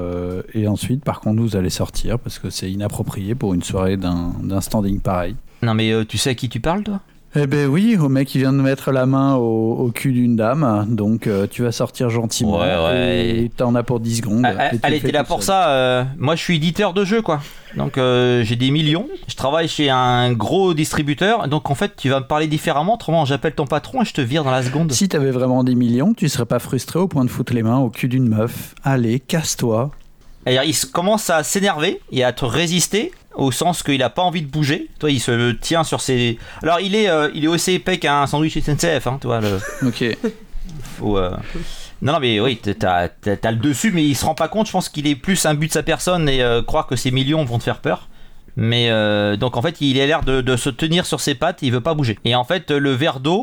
E: ensuite, par contre, vous allez sortir parce que c'est inapproprié pour une soirée d'un standing pareil.
C: Non mais tu sais à qui tu parles, toi ?
E: Eh ben oui, au mec qui vient de mettre la main au cul d'une dame, donc tu vas sortir gentiment,
C: ouais.
E: Et t'en as pour 10 secondes.
C: Elle était là pour ça, moi je suis éditeur de jeux, quoi. Donc j'ai des millions, je travaille chez un gros distributeur, donc en fait tu vas me parler différemment, autrement j'appelle ton patron et je te vire dans la seconde.
E: Si t'avais vraiment des millions, tu serais pas frustré au point de foutre les mains au cul d'une meuf. Allez, casse-toi.
C: Et il commence à s'énerver et à te résister, au sens qu'il a pas envie de bouger. Toi, il se tient sur ses. Alors, il est aussi épais qu'un sandwich SNCF, hein, toi.
E: Ok.
C: Faut. Non, mais oui, t'as le dessus, mais il se rend pas compte. Je pense qu'il est plus un but de sa personne et croire que ses millions vont te faire peur. Mais donc en fait, il a l'air de se tenir sur ses pattes. Et il veut pas bouger. Et en fait, le verre d'eau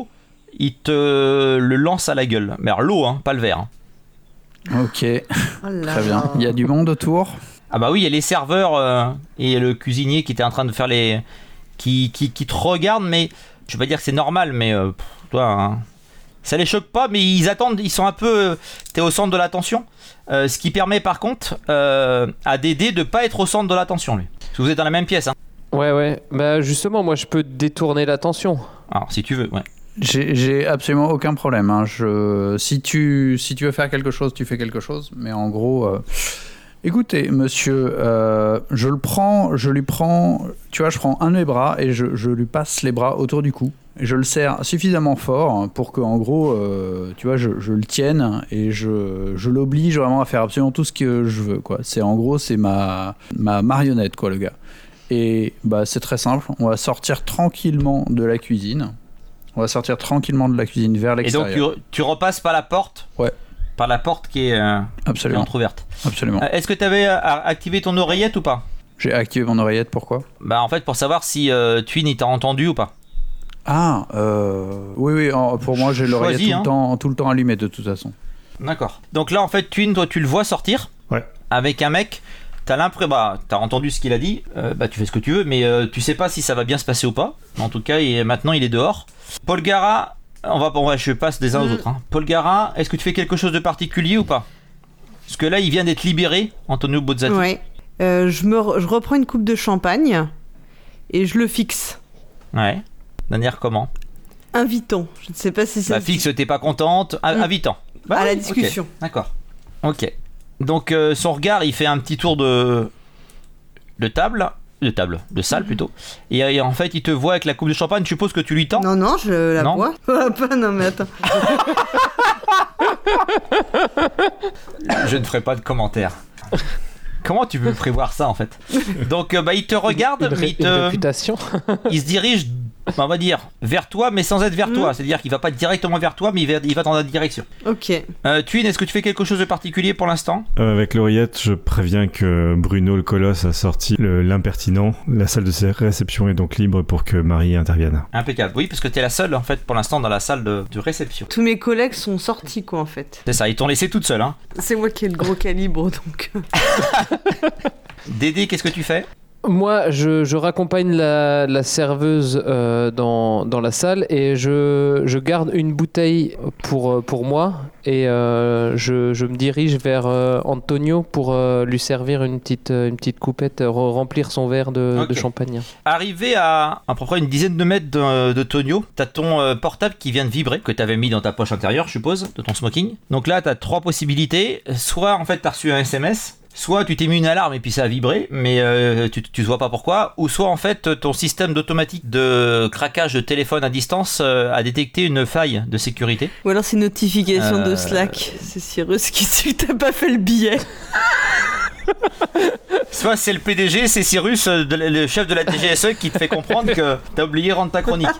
C: il te le lance à la gueule. Mais alors l'eau, hein, pas le verre. Hein.
E: Ok, très bien. Il y a du monde autour?
C: Ah bah oui, il y a les serveurs et le cuisinier qui était en train de faire les... qui te regardent, mais je vais pas dire que c'est normal, mais toi, hein, ça les choque pas, mais ils attendent, ils sont un peu... t'es au centre de l'attention, ce qui permet par contre à Dédé de pas être au centre de l'attention, lui. Parce que vous êtes dans la même pièce. Hein.
D: Ouais. Bah justement, moi je peux détourner l'attention.
C: Alors si tu veux, ouais.
E: J'ai absolument aucun problème. Hein. Si tu veux faire quelque chose, tu fais quelque chose. Mais en gros, écoutez, monsieur, je lui prends, tu vois, je prends un de mes bras et je lui passe les bras autour du cou. Et je le serre suffisamment fort pour que, en gros, tu vois, je le tienne et je l'oblige vraiment à faire absolument tout ce que je veux, quoi. En gros, c'est ma marionnette, quoi, le gars. Et bah, c'est très simple. On va sortir tranquillement de la cuisine. On va sortir tranquillement de la cuisine vers l'extérieur.
C: Et donc tu repasses par la porte.
E: Ouais.
C: Par la porte qui est entrouverte.
E: Absolument.
C: Est-ce que tu avais activé ton oreillette ou pas?
E: J'ai activé mon oreillette, pourquoi?
C: Bah en fait pour savoir si Twin il t'a entendu ou pas.
E: Ah, oui, pour moi j'ai l'oreillette tout le temps allumée de toute façon.
C: D'accord. Donc là en fait Twin, toi tu le vois sortir.
A: Ouais.
C: Avec un mec. T'as entendu ce qu'il a dit, tu fais ce que tu veux, mais tu sais pas si ça va bien se passer ou pas. En tout cas, maintenant il est dehors. Polgara, je passe des uns aux autres. Hein. Polgara, est-ce que tu fais quelque chose de particulier ou pas? Parce que là, il vient d'être libéré, Antonio Bozzati.
B: Ouais. Je reprends une coupe de champagne et je le fixe.
C: Ouais. Manière comment?
B: Invitant. Je ne sais pas si c'est.
C: Bah, fixe, t'es pas contente. Invitant. Bah,
B: à la discussion.
C: Okay. D'accord. Ok. Donc son regard, il fait un petit tour de salle plutôt. Et en fait, il te voit avec la coupe de champagne. Je suppose que tu lui tends.
B: Non, je la bois. Non, mais attends.
C: Je ne ferai pas de commentaire. Comment tu peux prévoir ça en fait? Donc il te regarde,
D: une réputation.
C: Il se dirige, on va dire, vers toi, mais sans être vers toi. C'est-à-dire qu'il va pas directement vers toi, mais il va dans la direction.
B: Ok.
C: Twin, est-ce que tu fais quelque chose de particulier pour l'instant?
A: Avec l'oreillette, je préviens que Bruno le colosse a sorti l'impertinent. La salle de réception est donc libre pour que Marie intervienne.
C: Impeccable. Oui, parce que t'es la seule en fait pour l'instant dans la salle de réception.
B: Tous mes collègues sont sortis quoi en fait.
C: C'est ça, ils t'ont laissé toute seule. Hein.
B: C'est moi qui ai le gros calibre donc.
C: Dédé, qu'est-ce que tu fais?
D: Moi, je raccompagne la serveuse dans la salle et je garde une bouteille pour moi et je me dirige vers Antonio pour lui servir une petite coupette, remplir son verre de champagne.
C: Arrivé à peu près une dizaine de mètres de Tonio, t'as ton portable qui vient de vibrer, que t'avais mis dans ta poche intérieure, je suppose, de ton smoking. Donc là, t'as 3 possibilités. Soit, en fait, t'as reçu un SMS. Soit tu t'es mis une alarme et puis ça a vibré, mais tu vois pas pourquoi. Ou soit en fait ton système d'automatique de craquage de téléphone à distance a détecté une faille de sécurité.
B: Ou alors c'est une notification de Slack. C'est Cyrus qui dit que t'as pas fait le billet.
C: Soit c'est le PDG, c'est Cyrus, le chef de la DGSE, qui te fait comprendre que t'as oublié de rendre ta chronique.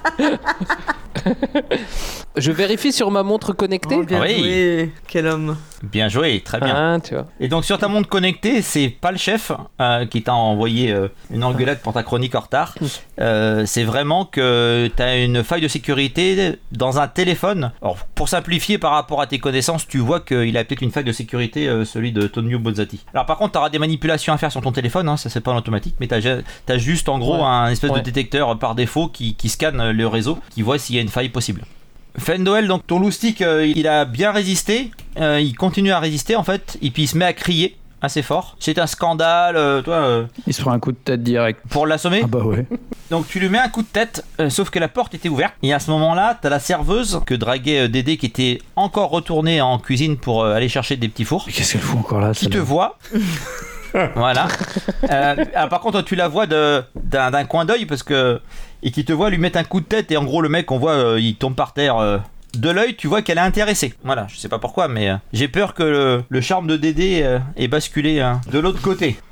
D: Je vérifie sur ma montre connectée.
B: Oh, bien joué, quel homme.
C: Bien joué, très bien.
D: Ah, tu vois.
C: Et donc sur ta montre connectée, c'est pas le chef qui t'a envoyé une engueulade pour ta chronique en retard. C'est vraiment que t'as une faille de sécurité dans un téléphone. Alors pour simplifier par rapport à tes connaissances, tu vois qu'il a peut-être une faille de sécurité, celui de Tonio Bozzati. Alors par contre, t'auras des manipulations à faire sur ton téléphone, hein, ça c'est pas en automatique, mais t'as juste en gros un espèce de détecteur par défaut qui scanne le réseau, qui voit s'il y a une faille possible. Fendoel, donc ton loustic, il a bien résisté, il continue à résister en fait, et puis il se met à crier assez fort. C'est un scandale,
E: Il se prend un coup de tête direct.
C: Pour l'assommer.
E: Ah bah ouais.
C: Donc tu lui mets un coup de tête, sauf que la porte était ouverte. Et à ce moment-là, t'as la serveuse que draguait Dédé qui était encore retournée en cuisine pour aller chercher des petits fours.
E: Mais qu'est-ce qu'elle fout encore là?
C: Qui te voit. Voilà. Par contre, tu la vois d'un coin d'œil et qui te voit lui mettre un coup de tête et en gros le mec, on voit, il tombe par terre. De l'œil, tu vois qu'elle est intéressée. Voilà, je sais pas pourquoi, mais j'ai peur que le charme de Dédé ait basculé de l'autre côté.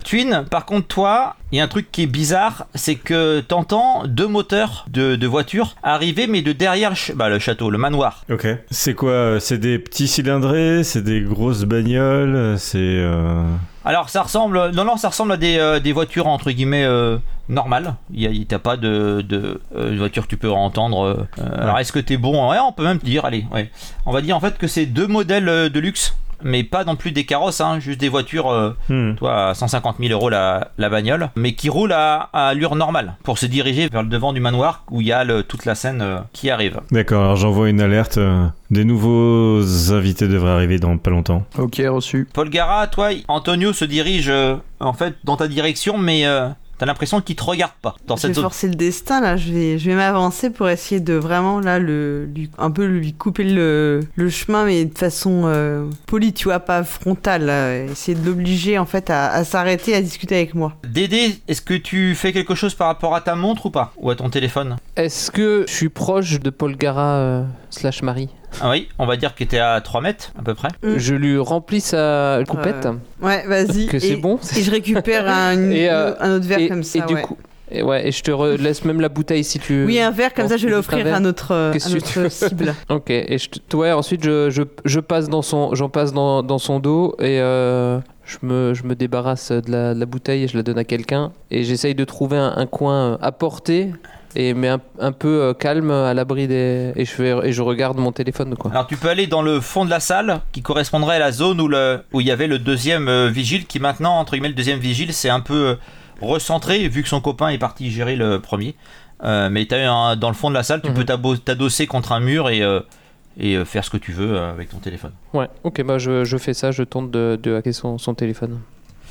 C: Twin, par contre, toi, il y a un truc qui est bizarre, c'est que t'entends 2 moteurs de voitures arriver, mais de derrière le château, le manoir.
A: Ok. C'est quoi? C'est des petits cylindrés? C'est des grosses bagnoles? C'est...
C: Alors ça ressemble à des voitures entre guillemets normales. T'as pas de voiture que tu peux entendre. Alors est-ce que t'es bon? Ouais, on peut même dire, allez, ouais. On va dire en fait que c'est 2 modèles de luxe, mais pas non plus des carrosses, hein, juste des voitures, toi, à 150 000 euros la bagnole, mais qui roulent à allure normale pour se diriger vers le devant du manoir où il y a toute la scène qui arrive.
A: D'accord, alors j'envoie une alerte. Des nouveaux invités devraient arriver dans pas longtemps.
E: Ok, reçu.
C: Paul Gara, toi, Antonio se dirige en fait dans ta direction, mais t'as l'impression qu'il te regarde pas dans cette
B: zone. Je vais forcer le destin là, je vais m'avancer pour essayer de vraiment là lui couper le chemin, mais de façon polie, tu vois, pas frontale. Là. Essayer de l'obliger en fait à s'arrêter, à discuter avec moi.
C: Dédé, est-ce que tu fais quelque chose par rapport à ta montre ou pas? Ou à ton téléphone?
D: Est-ce que je suis proche de Paul Gara / Marie?
C: Ah oui, on va dire que t'es à 3 mètres à peu près.
D: Je lui remplis sa coupette.
B: Ouais, vas-y.
D: Que c'est bon.
B: Et je récupère un autre verre comme ça.
D: Et du coup, et je te laisse même la bouteille si tu.
B: Oui, un verre comme ça, je vais l'offrir à notre cible.
D: Ok. Et ensuite je passe j'en passe dans son dos et je me débarrasse de la bouteille et je la donne à quelqu'un et j'essaye de trouver un coin à portée. Mais un peu calme, à l'abri et je regarde mon téléphone, quoi.
C: Alors tu peux aller dans le fond de la salle qui correspondrait à la zone où il y avait le deuxième vigile, qui maintenant, entre guillemets, le deuxième vigile, c'est un peu recentré vu que son copain est parti gérer le premier. Mais dans le fond de la salle, tu peux t'adosser contre un mur et faire ce que tu veux avec ton téléphone.
D: Ouais, ok, bah je fais ça, je tente de hacker son téléphone.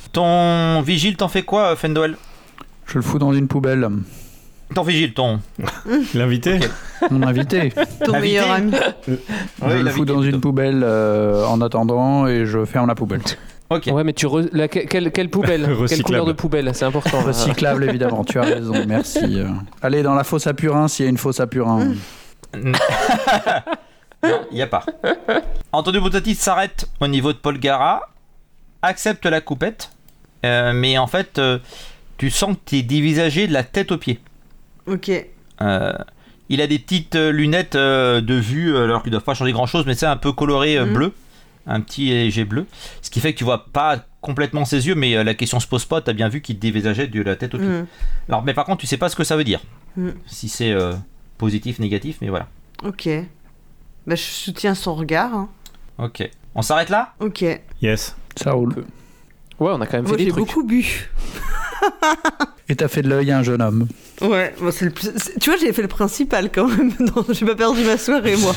C: Ton vigile, t'en fais quoi, Fendoel?
E: Je le fous dans une poubelle.
C: Ton vigile,
A: L'invité?
C: Okay.
E: Mon invité.
B: Ton meilleur ami.
E: Je le fous dans une poubelle en attendant et je ferme la poubelle.
C: Ok.
D: Ouais, mais quelle poubelle? Quelle couleur de poubelle? C'est important.
E: Recyclable, évidemment, tu as raison, merci. Allez, dans la fosse à purin, s'il y a une fosse à purin.
C: Non, il n'y a pas. Antonio Bottati s'arrête au niveau de Paul Gara, accepte la coupette, mais en fait, tu sens que tu es dévisagé de la tête aux pieds.
B: Ok.
C: Il a des petites lunettes de vue, alors qu'ils ne doivent pas changer grand chose, mais c'est un peu coloré bleu, un petit léger bleu, ce qui fait que tu vois pas complètement ses yeux, mais la question se pose pas. T'as bien vu qu'il te dévisageait de la tête aux pieds. Alors, mais par contre, tu sais pas ce que ça veut dire, si c'est positif, négatif, mais voilà.
B: Ok. Bah, je soutiens son regard. Hein.
C: Ok. On s'arrête là?
B: Ok.
A: Yes.
E: Ça roule.
D: Ouais, on a quand même fait des trucs.
B: J'ai beaucoup bu.
E: Et t'as fait de l'œil à un jeune homme.
B: Ouais, bon, tu vois, j'ai fait le principal quand même. Non, j'ai pas perdu ma soirée, moi.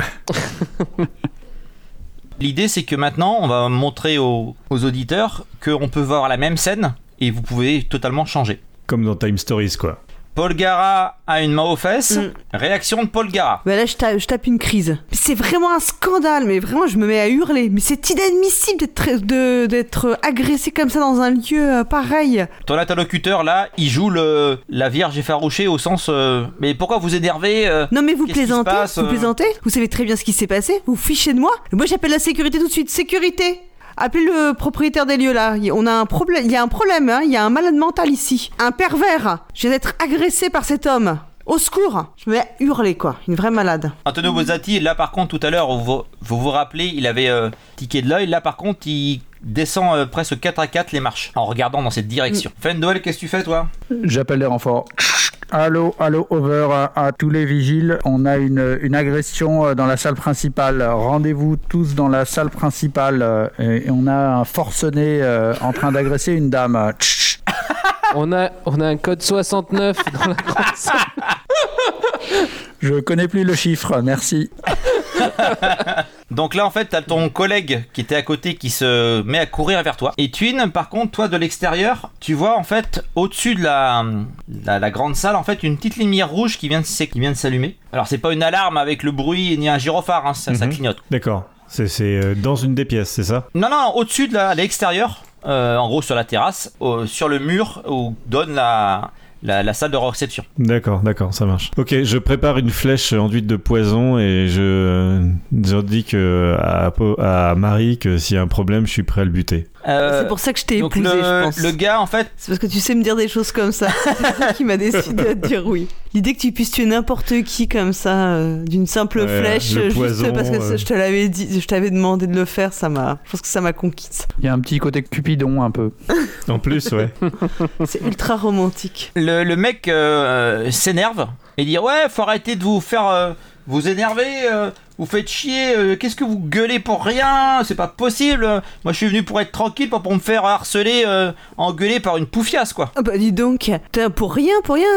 C: L'idée, c'est que maintenant, on va montrer aux auditeurs qu'on peut voir la même scène et vous pouvez totalement changer.
A: Comme dans Time Stories, quoi.
C: Paul Gara a une main aux fesses. Réaction de Paul Gara.
B: Bah là, je tape une crise. C'est vraiment un scandale, mais vraiment, je me mets à hurler. Mais c'est inadmissible d'être agressé comme ça dans un lieu pareil.
C: Ton interlocuteur, là, il joue la Vierge effarouchée au sens... mais pourquoi vous énervez
B: Non, mais vous plaisantez, vous plaisantez. Vous savez très bien ce qui s'est passé. Vous fichez de moi. Moi, j'appelle la sécurité tout de suite. Sécurité! Appelez le propriétaire des lieux là. On a un problème. Il y a un problème. Hein. Il y a un malade mental ici. Un pervers. Je viens d'être agressé par cet homme. Au secours. Je me mets à hurler quoi. Une vraie malade.
C: Antonio Bottati, là par contre tout à l'heure, vous vous rappelez, il avait tiqué de l'œil. Là par contre, il descend presque 4-4 les marches en regardant dans cette direction. Fendoel, qu'est-ce que tu fais toi?
E: J'appelle les renforts. Allô, over à tous les vigiles. On a une agression dans la salle principale. Rendez-vous tous dans la salle principale. Et on a un forcené en train d'agresser une dame.
D: On a un code 69 dans la grande salle.
E: Je connais plus le chiffre, merci.
C: Donc là en fait t'as ton collègue qui était à côté qui se met à courir vers toi. Et Twin, par contre, toi de l'extérieur, tu vois en fait au-dessus de la grande salle en fait une petite lumière rouge qui vient de s'allumer. Alors c'est pas une alarme avec le bruit ni un gyrophare, hein, ça clignote.
A: D'accord, c'est dans une des pièces, c'est ça?
C: Non, au-dessus de à l'extérieur, en gros sur la terrasse, sur le mur où donne la salle de réception.
A: D'accord, ça marche. Ok, je prépare une flèche enduite de poison et je dis à Marie que s'il y a un problème, je suis prêt à le buter.
B: C'est pour ça que je t'ai épousé, je pense.
C: Le gars, en fait...
B: C'est parce que tu sais me dire des choses comme ça. C'est ça qui m'a décidé à te dire oui. L'idée que tu puisses tuer n'importe qui comme ça, d'une simple flèche, juste parce que je te l'avais dit, je t'avais demandé de le faire, je pense que ça m'a conquise.
E: Il y a un petit côté Cupidon un peu.
A: En plus, ouais.
B: C'est ultra romantique.
C: Le mec s'énerve et dit ouais, faut arrêter de vous faire vous énerver, vous faites chier, qu'est-ce que vous gueulez pour rien, c'est pas possible, moi je suis venu pour être tranquille, pas pour me faire harceler, engueuler par une poufiasse quoi.
B: Ah bah dis donc, pour rien,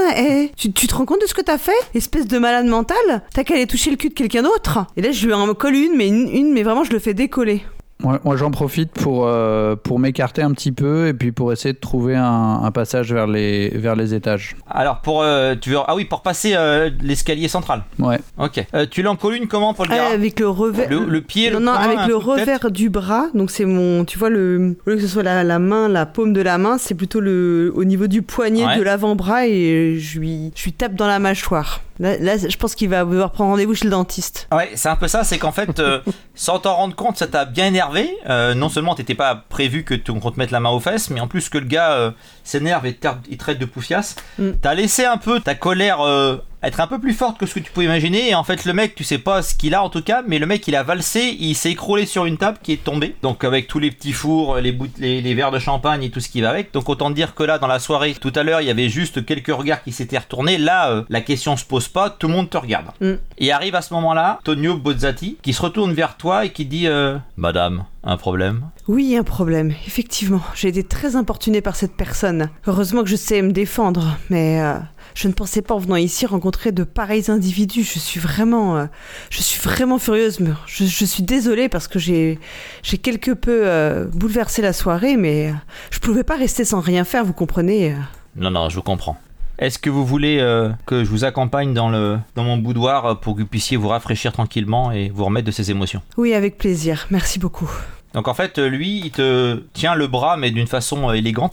B: tu te rends compte de ce que t'as fait, espèce de malade mental, t'as qu'à aller toucher le cul de quelqu'un d'autre. Et là je lui en colle une, mais vraiment je le fais décoller.
E: Moi j'en profite pour m'écarter un petit peu et puis pour essayer de trouver un passage vers les étages.
C: Alors pour pour passer l'escalier central.
E: Ouais.
C: Ok. Tu l'encollunes comment pour le gars
B: avec le revers.
C: Le pied,
B: non, avec le revers du bras. Donc c'est tu vois au lieu que ce soit la main, la paume de la main, c'est plutôt au niveau du poignet de l'avant-bras et je lui tape dans la mâchoire. Là, je pense qu'il va devoir prendre rendez-vous chez le dentiste.
C: Ouais, c'est un peu ça, c'est qu'en fait, sans t'en rendre compte, ça t'a bien énervé. Non seulement t'étais pas prévu qu'on te mette la main aux fesses, mais en plus que le gars s'énerve et il traite de poufiasse. T'as laissé un peu ta colère être un peu plus forte que ce que tu pouvais imaginer, et en fait le mec, tu sais pas ce qu'il a en tout cas, mais le mec il a valsé, il s'est écroulé sur une table qui est tombée, donc avec tous les petits fours, les verres de champagne et tout ce qui va avec. Donc autant dire que là dans la soirée, tout à l'heure il y avait juste quelques regards qui s'étaient retournés, là la question se pose pas, tout le monde te regarde. Et arrive à ce moment-là Tonio Bozzati qui se retourne vers toi et qui dit Madame, un problème?
B: Oui, un problème, effectivement. J'ai été très importunée par cette personne. Heureusement que je sais me défendre, mais je ne pensais pas en venant ici rencontrer de pareils individus. Je suis vraiment furieuse. Je suis désolée parce que j'ai quelque peu bouleversé la soirée, mais je pouvais pas rester sans rien faire, vous comprenez?
C: Non, je vous comprends. Est-ce que vous voulez que je vous accompagne dans mon boudoir pour que vous puissiez vous rafraîchir tranquillement et vous remettre de ces émotions?
B: Oui, avec plaisir. Merci beaucoup.
C: Donc en fait, lui, il te tient le bras, mais d'une façon élégante.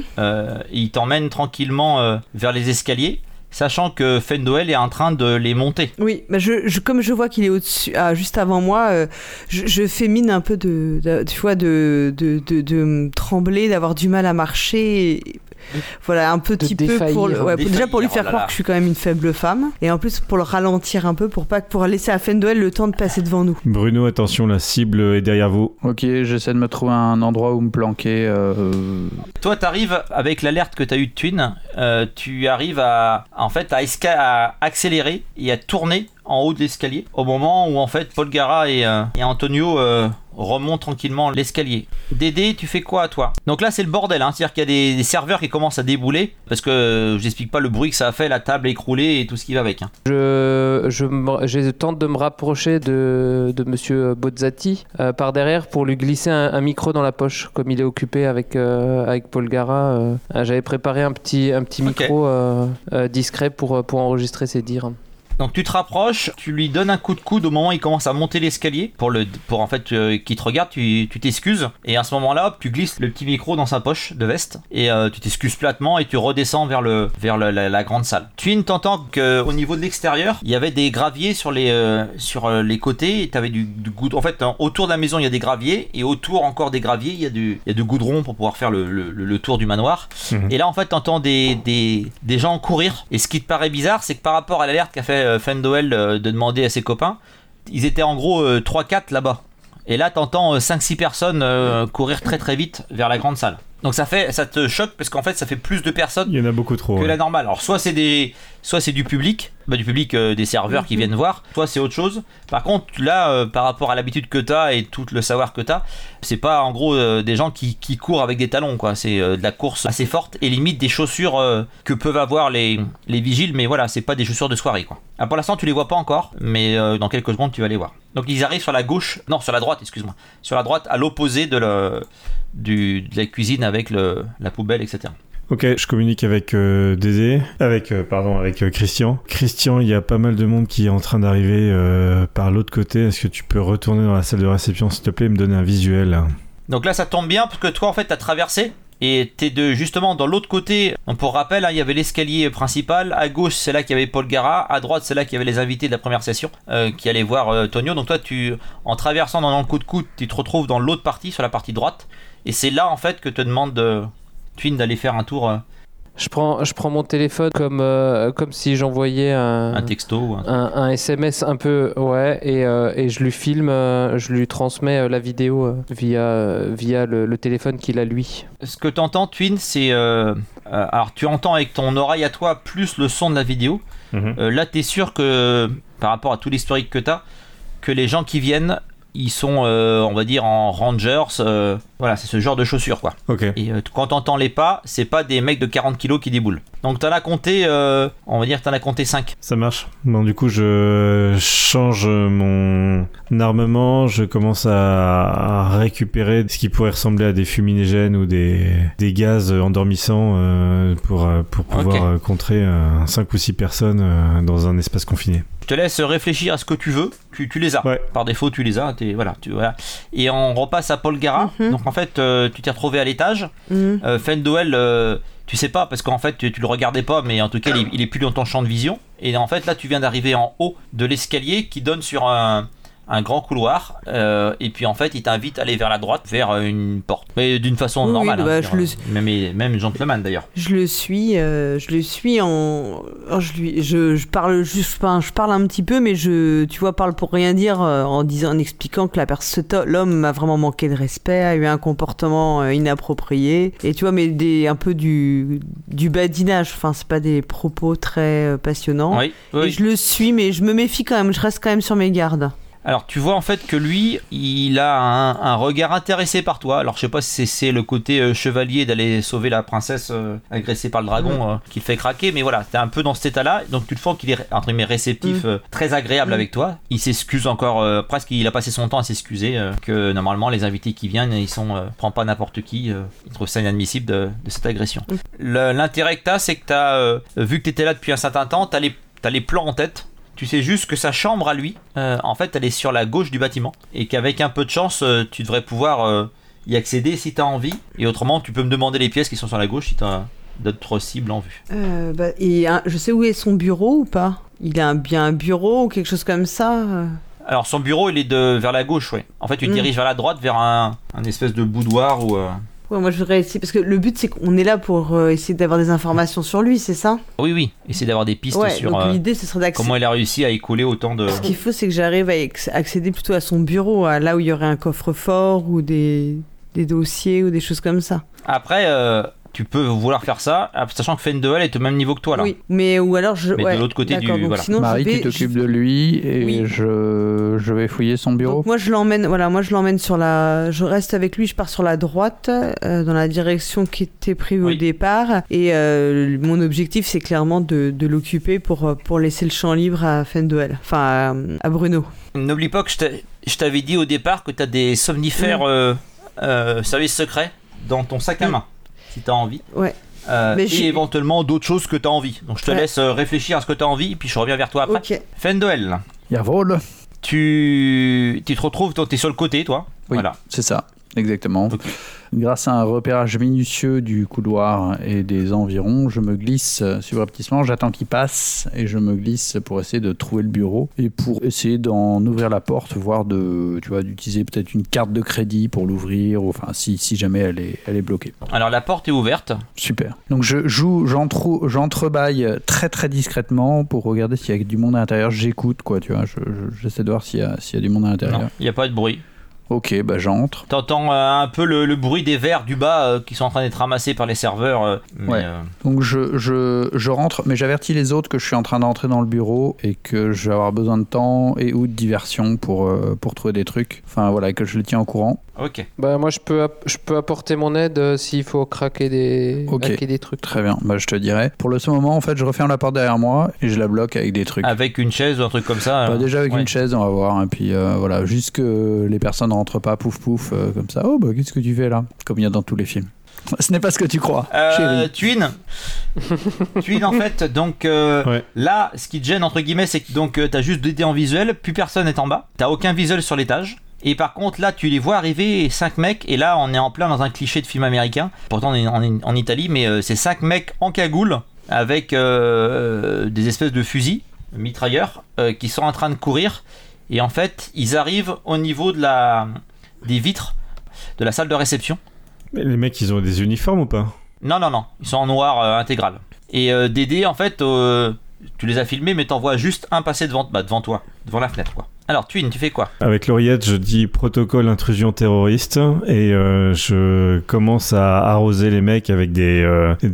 C: Il t'emmène tranquillement vers les escaliers, sachant que Fendoel est en train de les monter.
B: Oui, bah comme je vois qu'il est au-dessus, juste avant moi, je fais mine un peu de trembler, d'avoir du mal à marcher. Voilà, un petit peu déjà pour lui faire croire que je suis quand même une faible femme, et en plus pour le ralentir un peu pour laisser à Fendoel le temps de passer devant nous.
A: Bruno, attention, la cible est derrière vous.
E: Ok, j'essaie de me trouver un endroit où me planquer.
C: Toi, t'arrives avec l'alerte que t'as eu de Twin, tu arrives à accélérer et à tourner en haut de l'escalier au moment où en fait Paul Gara et Antonio remontent tranquillement l'escalier. Dédé, tu fais quoi toi? Donc là c'est le bordel, c'est-à-dire qu'il y a des serveurs qui commencent à débouler parce que je n'explique pas le bruit que ça a fait, la table écroulée et tout ce qui va avec.
D: Je tente de me rapprocher de monsieur Bozzati par derrière pour lui glisser un micro dans la poche, comme il est occupé avec Paul Gara. J'avais préparé un petit micro discret pour enregistrer ses dires.
C: Donc tu te rapproches, tu lui donnes un coup de coude au moment où il commence à monter l'escalier pour en fait qu'il te regarde, tu t'excuses, et à ce moment-là tu glisses le petit micro dans sa poche de veste et tu t'excuses platement et tu redescends vers la grande salle. Twin, t'entends qu'au niveau de l'extérieur il y avait des graviers sur les côtés, et t'avais du goudron. En fait autour de la maison il y a des graviers, et autour encore des graviers il y a du goudron pour pouvoir faire le tour du manoir. Et là en fait t'entends des gens courir, et ce qui te paraît bizarre c'est que par rapport à l'alerte qu'a fait Fendoel de demander à ses copains, ils étaient en gros 3-4 là-bas, et là t'entends 5-6 personnes courir très très vite vers la grande salle. Donc ça te choque parce qu'en fait ça fait plus de personnes,
A: il y en a beaucoup trop,
C: que la normale. Alors soit c'est du public, des serveurs qui viennent voir, soit c'est autre chose. Par contre là par rapport à l'habitude que t'as et tout le savoir que t'as, c'est pas en gros des gens qui courent avec des talons quoi. C'est de la course assez forte, et limite des chaussures que peuvent avoir les vigiles, mais voilà, c'est pas des chaussures de soirée quoi. Alors pour l'instant tu les vois pas encore, mais dans quelques secondes tu vas les voir. Donc ils arrivent sur la droite, excuse-moi, sur la droite à l'opposé de la cuisine avec la poubelle, etc.
A: Ok, je communique avec Dédé, avec Christian. Christian, il y a pas mal de monde qui est en train d'arriver par l'autre côté. Est-ce que tu peux retourner dans la salle de réception, s'il te plaît, et me donner un visuel?
C: Donc là, ça tombe bien, parce que toi, en fait, t'as traversé et t'es justement dans l'autre côté. Donc pour rappel, il y avait l'escalier principal, à gauche c'est là qu'il y avait Paul Gara, à droite c'est là qu'il y avait les invités de la première session qui allaient voir Tonio. Donc toi, en traversant dans le coup de coude, tu te retrouves dans l'autre partie, sur la partie droite, et c'est là en fait que te demande Twin d'aller faire un tour.
D: Je prends mon téléphone comme si j'envoyais
C: un texto ou
D: un SMS un peu, ouais, et je lui filme, je lui transmets la vidéo via le téléphone qu'il a lui.
C: Ce que tu entends, Twin, c'est alors tu entends avec ton oreille à toi plus le son de la vidéo. Là t'es sûr que par rapport à tout l'historique que t'as, que les gens qui viennent, ils sont on va dire en Rangers, voilà, c'est ce genre de chaussures quoi.
A: Okay.
C: Et quand t'entends les pas, c'est pas des mecs de 40 kilos qui déboulent. Donc t'en as compté, on va dire t'en as compté 5.
A: Ça marche. Bon, du coup je change mon armement, je commence à récupérer ce qui pourrait ressembler à des fumigènes ou des gaz endormissants pour pouvoir contrer 5 ou 6 personnes dans un espace confiné.
C: Je te laisse réfléchir à ce que tu veux, tu les as. Ouais. Par défaut tu les as, voilà. Et on repasse à Paul Gara. Donc en fait tu t'es retrouvé à l'étage. Fendoel, tu sais pas parce qu'en fait tu le regardais pas, mais en tout cas il est plus dans ton champ de vision. Et en fait là tu viens d'arriver en haut de l'escalier qui donne sur un grand couloir, et puis en fait il t'invite à aller vers la droite, vers une porte, mais d'une façon normale, même gentleman d'ailleurs.
B: Je le suis je parle juste, je parle un petit peu, mais tu vois, parle pour rien dire, en expliquant que l'homme m'a vraiment manqué de respect, a eu un comportement inapproprié, et tu vois, mais un peu du badinage, enfin c'est pas des propos très passionnants. Oui. Et je le suis, mais je me méfie quand même, je reste quand même sur mes gardes.
C: Alors tu vois en fait que lui, il a un regard intéressé par toi. Alors je sais pas si c'est le côté chevalier d'aller sauver la princesse agressée par le dragon qui le fait craquer, mais voilà, t'es un peu dans cet état-là. Donc tu le sens qu'il est entre guillemets réceptif, très agréable avec toi. Il s'excuse encore, presque il a passé son temps à s'excuser, que normalement les invités qui viennent, ils sont prends pas n'importe qui, ils trouvent ça inadmissible de cette agression. L'intérêt que t'as, c'est que t'as vu que t'étais là depuis un certain temps, t'as les plans en tête. Tu sais juste que sa chambre à lui, en fait, elle est sur la gauche du bâtiment. Et qu'avec un peu de chance, tu devrais pouvoir y accéder si tu as envie. Et autrement, tu peux me demander les pièces qui sont sur la gauche si tu as d'autres cibles en vue.
B: Je sais où est son bureau ou pas ? Il a bien un bureau ou quelque chose comme ça
C: Alors, son bureau, il est vers la gauche, oui. En fait, tu te diriges vers la droite, vers un espèce de boudoir ou...
B: Ouais, moi je voudrais essayer, parce que le but c'est qu'on est là pour essayer d'avoir des informations sur lui, c'est ça ?
C: Oui, essayer d'avoir des pistes sur
B: donc l'idée, ce serait
C: comment il a réussi à écouler autant de...
B: Ce qu'il faut, c'est que j'arrive à accéder plutôt à son bureau, là où il y aurait un coffre-fort ou des dossiers ou des choses comme ça.
C: Après, tu peux vouloir faire ça, sachant que Fendoel est au même niveau que toi là.
B: Oui, mais ou alors
C: de l'autre côté du...
B: Donc,
C: voilà.
B: Sinon,
E: Marie, tu t'occupes de lui et je vais fouiller son bureau.
B: Donc moi je l'emmène je reste avec lui, je pars sur la droite, dans la direction qui était prévue au départ, et mon objectif c'est clairement de l'occuper pour laisser le champ libre à Fendoel, enfin à Bruno.
C: N'oublie pas que je t'avais dit au départ que tu as des somnifères service secret dans ton sac à main. Si t'as envie.
B: Ouais.
C: Et éventuellement d'autres choses que t'as envie. Donc je te laisse réfléchir à ce que t'as envie, puis je reviens vers toi après.
B: Okay.
C: Fendoel.
E: Jawohl.
C: Tu te retrouves, t'es sur le côté, toi.
E: Oui, voilà. C'est ça, exactement. Okay. Grâce à un repérage minutieux du couloir et des environs, je me glisse subrepticement, j'attends qu'il passe et je me glisse pour essayer de trouver le bureau et pour essayer d'en ouvrir la porte, voire d'utiliser peut-être une carte de crédit pour l'ouvrir, enfin si jamais elle est bloquée.
C: Alors la porte est ouverte.
E: Super. Donc j'entrebâille très très discrètement pour regarder s'il y a du monde à l'intérieur. J'écoute quoi, tu vois, j'essaie de voir s'il y a du monde à l'intérieur.
C: Non, il n'y a pas de bruit.
E: Ok, j'entre.
C: T'entends un peu le bruit des verres du bas qui sont en train d'être ramassés par les serveurs.
E: Donc je rentre, mais j'avertis les autres que je suis en train d'entrer dans le bureau et que je vais avoir besoin de temps et ou de diversion pour trouver des trucs. Enfin voilà, que je le tiens au courant.
C: Ok.
D: Moi je peux apporter mon aide s'il faut craquer des trucs.
E: Très bien, je te dirai. Pour ce moment, en fait, je referme la porte derrière moi et je la bloque avec des trucs.
C: Avec une chaise ou un truc comme ça.
E: Déjà avec une chaise, on va voir. Et puis voilà, juste que les personnes rentrent pas pouf comme ça. Oh qu'est-ce que tu fais là ? Comme il y a dans tous les films. Ce n'est pas ce que tu crois.
C: Twin en fait, donc là, ce qui te gêne entre guillemets, c'est que donc t'as juste des dés en visuel, plus personne n'est en bas, t'as aucun visuel sur l'étage. Et par contre, là, tu les vois arriver, 5 mecs, et là, on est en plein dans un cliché de film américain. Pourtant, on est en Italie, mais c'est 5 mecs en cagoule, avec des espèces de fusils, mitrailleurs, qui sont en train de courir. Et en fait, ils arrivent au niveau des vitres de la salle de réception.
A: Mais les mecs, ils ont des uniformes ou pas ?
C: Non, ils sont en noir intégral. Et Dédé, en fait, tu les as filmés, mais t'en vois juste un passer devant toi, devant la fenêtre, quoi. Alors, Twin, tu fais quoi ? Avec
A: l'oreillette, je dis protocole intrusion terroriste et je commence à arroser les mecs avec des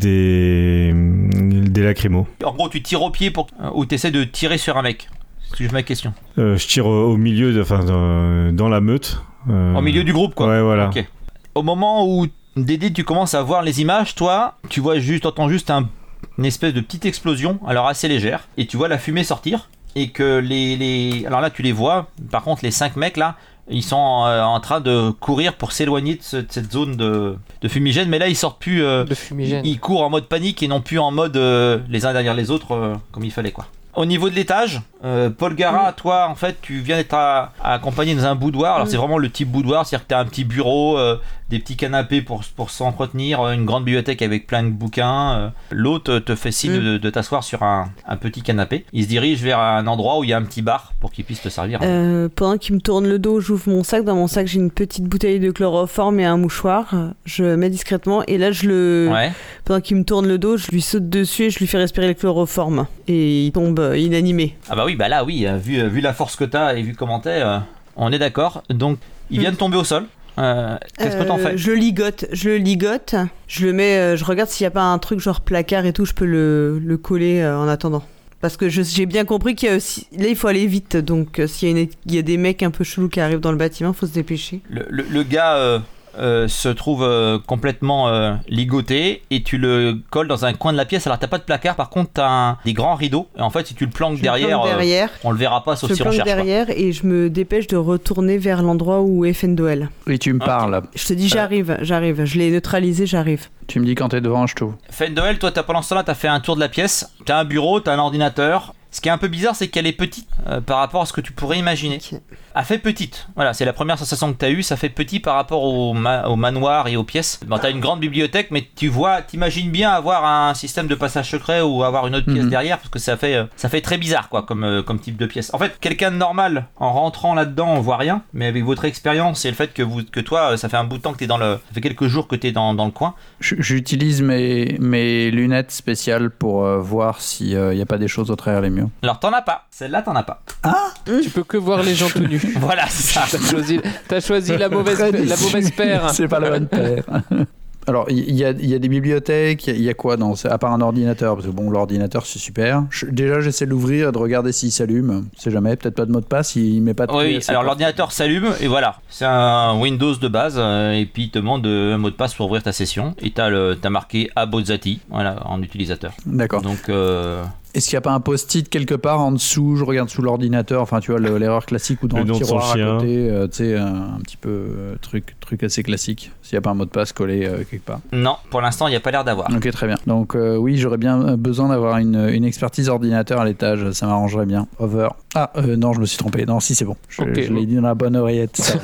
A: lacrymos.
C: En gros, tu tires au pied ou t'essaies de tirer sur un mec. C'est ma question.
A: Je tire au milieu, dans la meute.
C: Au milieu du groupe, quoi.
A: Ouais, voilà.
C: Okay. Au moment où Dédé, tu commences à voir les images, toi, t'entends juste une espèce de petite explosion, alors assez légère, et tu vois la fumée sortir. Et que alors là tu les vois, par contre les 5 mecs là, ils sont en train de courir pour s'éloigner de cette zone de fumigène, mais là ils sortent plus
D: de fumigène.
C: Ils courent en mode panique et non plus en mode les uns derrière les autres comme il fallait, quoi. Au niveau de l'étage, Paul Gara, toi en fait tu viens d'être accompagné dans un boudoir. Alors c'est vraiment le type boudoir, c'est-à-dire que t'as un petit bureau, des petits canapés pour s'entretenir, une grande bibliothèque avec plein de bouquins. L'hôte te fait signe de t'asseoir sur un petit canapé. Il se dirige vers un endroit où il y a un petit bar pour qu'il puisse te servir.
B: Pendant qu'il me tourne le dos, j'ouvre mon sac. Dans mon sac, j'ai une petite bouteille de chloroforme et un mouchoir. Je mets discrètement et là, pendant qu'il me tourne le dos, je lui saute dessus et je lui fais respirer le chloroforme. Et il tombe inanimé.
C: Ah bah oui, bah là oui, vu la force que t'as et vu comment t'es, on est d'accord. Donc, il vient de tomber au sol. Qu'est-ce que t'en fais ?
B: Je le ligote, je le mets, je regarde s'il n'y a pas un truc genre placard et tout, je peux le coller en attendant. Parce que j'ai bien compris qu'il y a aussi, là il faut aller vite, donc s'il y a des mecs un peu chelous qui arrivent dans le bâtiment, il faut se dépêcher.
C: Le gars se trouve complètement ligoté et tu le colles dans un coin de la pièce. Alors t'as pas de placard, par contre t'as des grands rideaux et en fait si tu le planques derrière, on le verra pas sauf si on cherche. Je le planque
B: derrière et je me dépêche de retourner vers l'endroit où est Fendoel.
E: Et tu me parles.
B: Je te dis j'arrive, je l'ai neutralisé, j'arrive.
E: Tu me dis quand t'es devant, je t'ouvre.
C: Fendoel, toi pendant ce temps-là t'as fait un tour de la pièce, t'as un bureau, t'as un ordinateur. Ce qui est un peu bizarre, c'est qu'elle est petite par rapport à ce que tu pourrais imaginer. Okay. Elle fait petite. Voilà, c'est la première sensation que tu as eue. Ça fait petit par rapport au manoir et aux pièces. Bon, tu as une grande bibliothèque, mais t'imagines bien avoir un système de passage secret ou avoir une autre pièce derrière, parce que ça fait très bizarre, quoi, comme type de pièce. En fait, quelqu'un de normal, en rentrant là-dedans, on voit rien. Mais avec votre expérience et le fait que toi, ça fait un bout de temps que ça fait quelques jours que t'es dans le coin.
E: J'utilise mes lunettes spéciales pour voir s'il n'y a pas des choses au travers les murs.
C: Alors t'en as pas, celle-là t'en as pas.
E: Ah,
D: tu peux que voir les gens tout nus.
C: Voilà, c'est ça.
D: T'as choisi la mauvaise paire.
E: C'est pas la bonne paire. Alors, il y a des bibliothèques, il y a quoi à part un ordinateur ? Parce que bon, l'ordinateur, c'est super. Déjà, j'essaie de l'ouvrir et de regarder s'il s'allume. On sait jamais, peut-être pas de mot de passe, il met pas de...
C: Oui, alors l'ordinateur s'allume et voilà. C'est un Windows de base et puis il te demande un mot de passe pour ouvrir ta session. Et t'as marqué Abozzati, voilà, en utilisateur.
E: D'accord.
C: Donc...
E: Est-ce qu'il n'y a pas un post-it quelque part en dessous ? Je regarde sous l'ordinateur, enfin tu vois l'erreur classique ou dans le tiroir à côté, tu sais, un petit peu truc assez classique. S'il n'y a pas un mot de passe collé quelque part.
C: Non, pour l'instant il n'y a pas l'air d'avoir.
E: Ok, très bien. Donc oui, j'aurais bien besoin d'avoir une expertise ordinateur à l'étage, ça m'arrangerait bien. Over. Ah non, je me suis trompé. Non, si c'est bon. Je l'ai dit dans la bonne oreillette. Ça.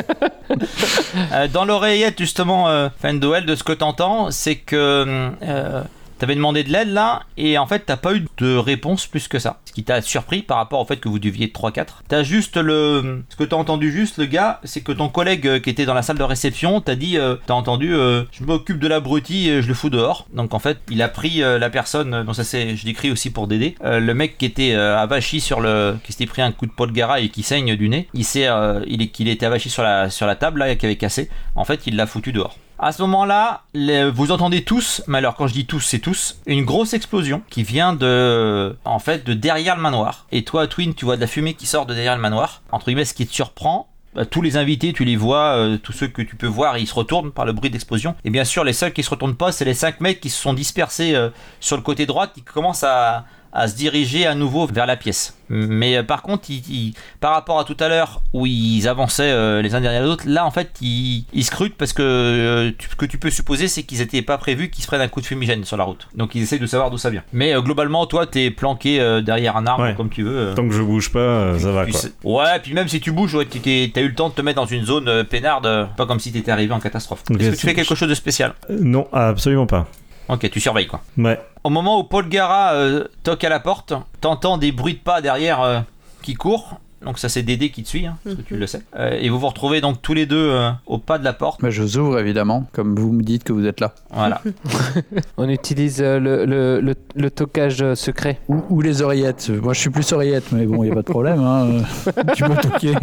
C: Dans l'oreillette justement, Fendoel, de ce que t'entends, c'est que... T'avais demandé de l'aide là, et en fait t'as pas eu de réponse plus que ça. Ce qui t'a surpris par rapport au fait que vous deviez être 3-4. T'as juste ce que t'as entendu juste, le gars, c'est que ton collègue qui était dans la salle de réception t'a dit, t'as entendu, je m'occupe de l'abruti et je le fous dehors. Donc en fait, il a pris la personne, donc ça c'est, je l'écris aussi pour Dédé, le mec qui était avachi qui s'était pris un coup de Paul Gara et qui saigne du nez, qu'il était avachi sur la table là, qui avait cassé. En fait, il l'a foutu dehors. À ce moment-là, vous entendez tous, mais alors quand je dis tous, c'est tous, une grosse explosion qui vient de derrière le manoir. Et toi, Twin, tu vois de la fumée qui sort de derrière le manoir. Entre guillemets, ce qui te surprend, tous les invités, tu les vois, tous ceux que tu peux voir, ils se retournent par le bruit d'explosion. Et bien sûr, les seuls qui se retournent pas, c'est les 5 mecs qui se sont dispersés sur le côté droit, qui commencent à à se diriger à nouveau vers la pièce. Mais par contre, par rapport à tout à l'heure où ils avançaient les uns derrière les autres, là en fait ils scrutent parce que ce que tu peux supposer c'est qu'ils n'étaient pas prévus qu'ils se prennent un coup de fumigène sur la route. Donc ils essayent de savoir d'où ça vient. Mais globalement, toi t'es planqué derrière un arbre comme tu veux.
A: Tant que je bouge pas, ça va quoi.
C: Ouais, puis même si tu bouges, t'as eu le temps de te mettre dans une zone peinarde, pas comme si t'étais arrivé en catastrophe.
A: Okay,
C: est-ce que tu fais quelque chose de spécial?
A: Non, absolument pas.
C: Ok, tu surveilles quoi.
A: Ouais.
C: Au moment où Paul Gara toque à la porte, t'entends des bruits de pas derrière qui courent. Donc ça c'est Dédé qui te suit, parce que tu le sais. Et vous vous retrouvez donc tous les deux au pas de la porte.
E: Bah, je vous ouvre évidemment, comme vous me dites que vous êtes là.
C: Voilà.
D: On utilise le toquage secret.
E: Ou les oreillettes. Moi je suis plus oreillette, mais bon, il n'y a pas de problème. Hein. Tu peux toquer.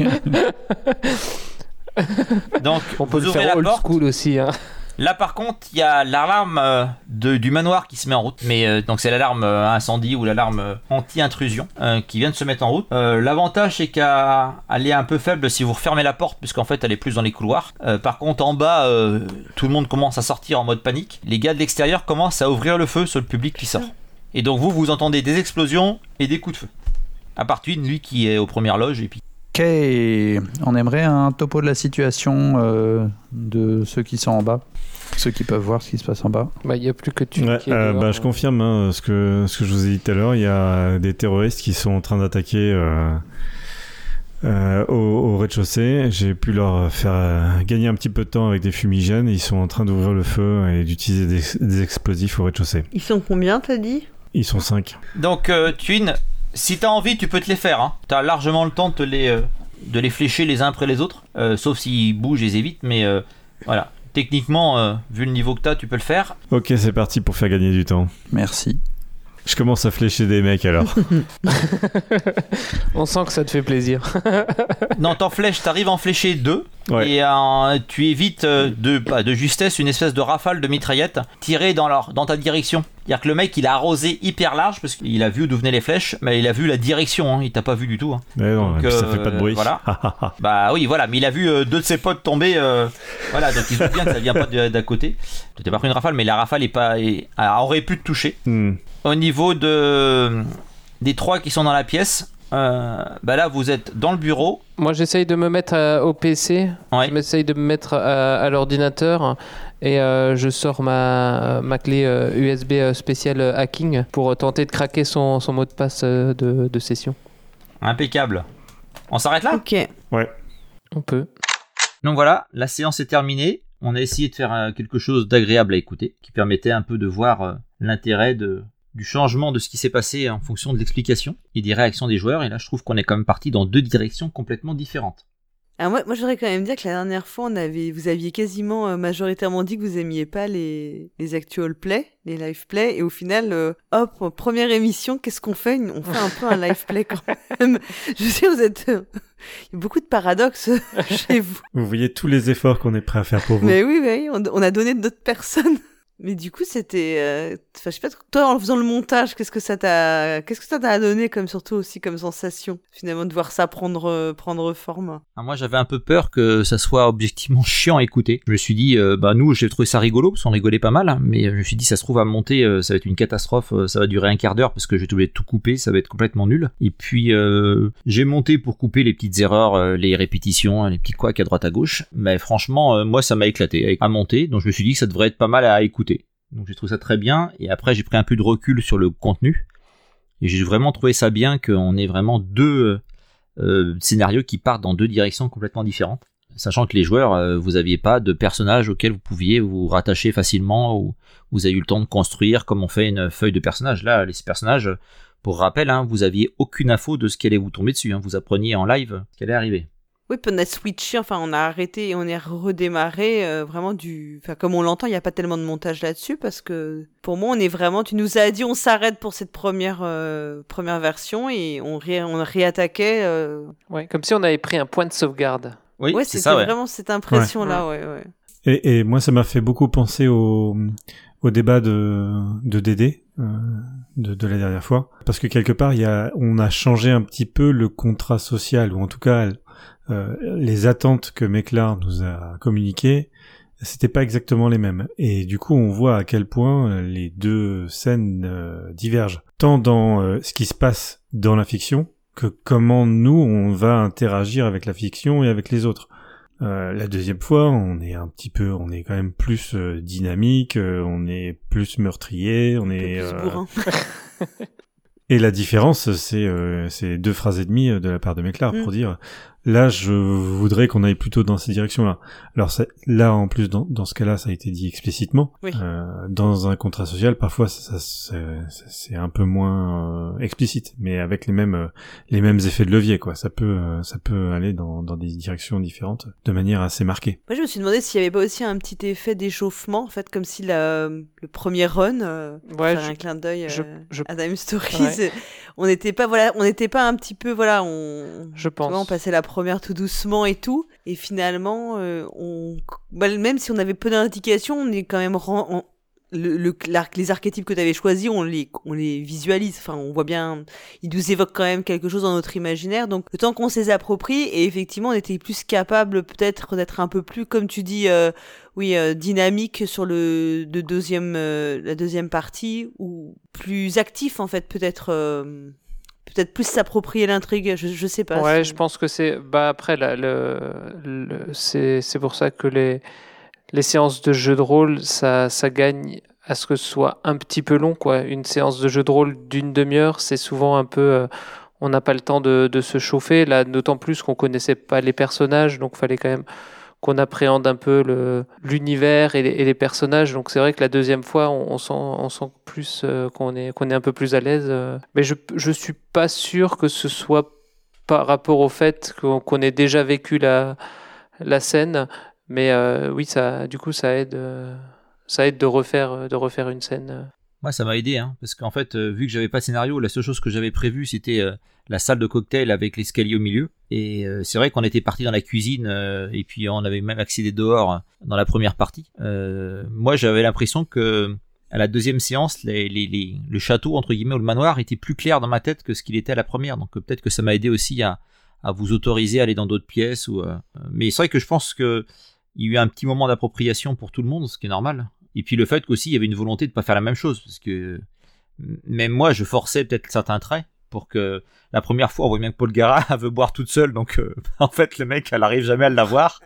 C: Donc
D: on peut
C: vous
D: le
C: ouvrez
D: faire
C: la
D: old
C: porte.
D: school aussi. Hein.
C: Là par contre il y a l'alarme du manoir qui se met en route, mais donc c'est l'alarme incendie ou l'alarme anti-intrusion qui vient de se mettre en route. L'avantage c'est qu'elle est un peu faible si vous refermez la porte, puisqu'en fait elle est plus dans les couloirs. Par contre en bas tout le monde commence à sortir en mode panique. Les gars de l'extérieur commencent à ouvrir le feu sur le public qui sort, et donc vous entendez des explosions et des coups de feu, à part lui qui est aux premières loges. Et puis
E: Ok, on aimerait un topo de la situation de ceux qui sont en bas, ceux qui peuvent voir ce qui se passe en bas.
D: Bah, il n'y a plus que tu.
A: Ouais,
D: qui est dehors,
A: je confirme ce que je vous ai dit tout à l'heure. Il y a des terroristes qui sont en train d'attaquer au rez-de-chaussée. J'ai pu leur faire gagner un petit peu de temps avec des fumigènes. Ils sont en train d'ouvrir le feu et d'utiliser des explosifs au rez-de-chaussée.
B: Ils sont combien, t'as dit?
A: Ils sont 5.
C: donc Twin, si t'as envie, tu peux te les faire. Hein. T'as largement le temps de les flécher les uns après les autres, sauf s'ils bougent et les évitent. Mais voilà, techniquement, vu le niveau que t'as, tu peux le faire.
A: Ok, c'est parti pour faire gagner du temps.
E: Merci.
A: Je commence à flécher des mecs alors.
D: On sent que ça te fait plaisir.
C: Non, t'arrives à en flécher 2.
A: Ouais.
C: Et tu évites de justesse une espèce de rafale de mitraillette tirée dans ta direction. C'est-à-dire que le mec il a arrosé hyper large parce qu'il a vu d'où venaient les flèches, mais il a vu la direction, hein, il t'a pas vu du tout. Hein.
A: Mais non,
C: Donc,
A: ça fait pas de bruit.
C: Voilà. Bah oui, voilà, mais il a vu 2 de ses potes tomber. Voilà, donc il se doute bien que ça vient pas d'à côté. Tu t'es pas pris une rafale, mais la rafale aurait pu te toucher. Au niveau des 3 qui sont dans la pièce, bah là vous êtes dans le bureau.
D: Moi j'essaye de me mettre au PC,
C: Ouais.
D: j'essaye de me mettre à l'ordinateur et je sors ma clé USB spéciale hacking pour tenter de craquer son mot de passe de session.
C: Impeccable. On s'arrête là ?
B: Ok.
A: Ouais.
D: On peut.
C: Donc voilà, la séance est terminée. On a essayé de faire quelque chose d'agréable à écouter, qui permettait un peu de voir l'intérêt du changement de ce qui s'est passé en fonction de l'explication et des réactions des joueurs. Et là, je trouve qu'on est quand même parti dans 2 directions complètement différentes.
B: Alors moi, je voudrais quand même dire que la dernière fois, vous aviez quasiment majoritairement dit que vous aimiez pas les actual play, les live play, et au final, hop, première émission, qu'est-ce qu'on fait? On fait un peu un live play quand même. Je sais, il y a beaucoup de paradoxes chez vous.
A: Vous voyez tous les efforts qu'on est prêt à faire pour vous.
B: Mais oui, on a donné d'autres personnes. Mais du coup, c'était... je sais pas, toi, en faisant le montage, qu'est-ce que ça t'a donné comme, surtout aussi comme sensation, finalement, de voir ça prendre forme?
C: Alors moi, j'avais un peu peur que ça soit objectivement chiant à écouter. Je me suis dit, nous, j'ai trouvé ça rigolo, parce qu'on rigolait pas mal, hein, mais je me suis dit, ça se trouve à monter, ça va être une catastrophe, ça va durer un quart d'heure, parce que je vais être obligé de tout couper, ça va être complètement nul. Et puis, j'ai monté pour couper les petites erreurs, les répétitions, les petits couacs à droite à gauche. Mais franchement, moi, ça m'a éclaté à monter, donc je me suis dit que ça devrait être pas mal à écouter. Donc j'ai trouvé ça très bien, et après j'ai pris un peu de recul sur le contenu, et j'ai vraiment trouvé ça bien qu'on ait vraiment 2 scénarios qui partent dans 2 directions complètement différentes, sachant que les joueurs, vous aviez pas de personnages auxquels vous pouviez vous rattacher facilement, ou vous avez eu le temps de construire comme on fait une feuille de personnage. Là, les personnages, pour rappel, hein, vous aviez aucune info de ce qui allait vous tomber dessus, hein, vous appreniez en live ce qui allait arriver.
B: Oui, puis on a switché, enfin on a arrêté et on est redémarré vraiment enfin comme on l'entend, il n'y a pas tellement de montage là-dessus parce que pour moi on est vraiment, tu nous as dit on s'arrête pour cette première version et on réattaquait.
D: Ouais, comme si on avait pris un point de sauvegarde.
C: Oui,
B: ouais,
C: c'est
B: c'était
C: ça, ouais.
B: vraiment cette impression-là, ouais.
A: Et moi, ça m'a fait beaucoup penser au débat de Dédé de la dernière fois, parce que quelque part, on a changé un petit peu le contrat social, ou en tout cas les attentes que Méclar nous a communiquées, c'était pas exactement les mêmes. Et du coup, on voit à quel point les 2 scènes divergent. tant dans ce qui se passe dans la fiction que comment nous on va interagir avec la fiction et avec les autres. La deuxième fois, on est quand même plus dynamique, on est plus meurtrier, on est
B: plus bourrin.
A: Et la différence, c'est 2 phrases et demie de la part de Méclar pour dire là, je voudrais qu'on aille plutôt dans ces directions-là. Alors là, en plus, dans ce cas-là, ça a été dit explicitement.
B: Oui.
A: Dans un contrat social, parfois, c'est un peu moins explicite, mais avec les mêmes effets de levier, quoi. Ça peut aller dans des directions différentes, de manière assez marquée.
B: Moi, je me suis demandé s'il y avait pas aussi un petit effet d'échauffement, en fait, comme si le premier run, faire un clin d'œil à Dime Stories, on n'était pas un petit peu,
D: je pense.
B: On passait la première tout doucement et tout, et finalement, même si on avait peu d'indications, on est quand même les archétypes que tu avais choisis, on les visualise, enfin on voit bien, ils nous évoquent quand même quelque chose dans notre imaginaire, donc le temps qu'on se les approprie, et effectivement on était plus capable peut-être d'être un peu plus, comme tu dis, dynamique sur la deuxième partie, ou plus actif en fait, peut-être plus s'approprier l'intrigue, je sais pas.
D: Ouais, je pense que c'est... après, c'est pour ça que les séances de jeu de rôle, ça gagne à ce que ce soit un petit peu long, quoi. Une séance de jeu de rôle d'une demi-heure, c'est souvent un peu... on n'a pas le temps de se chauffer, là, d'autant plus qu'on connaissait pas les personnages, donc il fallait quand même qu'on appréhende un peu l'univers et les personnages. Donc c'est vrai que la deuxième fois, on sent plus qu'on est un peu plus à l'aise. Mais je suis pas sûr que ce soit par rapport au fait qu'on ait déjà vécu la scène. Mais oui, du coup, ça aide de refaire une scène.
C: Moi, ça m'a aidé, hein, parce qu'en fait, vu que j'avais pas de scénario, la seule chose que j'avais prévue, c'était la salle de cocktail avec l'escalier au milieu. Et c'est vrai qu'on était parti dans la cuisine, et puis on avait même accédé dehors dans la première partie. Moi, j'avais l'impression que à la deuxième séance, le château, entre guillemets, ou le manoir était plus clair dans ma tête que ce qu'il était à la première. Donc peut-être que ça m'a aidé aussi à vous autoriser à aller dans d'autres pièces. Mais c'est vrai que je pense que il y a eu un petit moment d'appropriation pour tout le monde, ce qui est normal. Et puis le fait qu'aussi il y avait une volonté de pas faire la même chose, parce que même moi je forçais peut-être certains traits pour que la première fois on voit bien que Paul Gara veut boire toute seule, donc en fait le mec elle arrive jamais à l'avoir.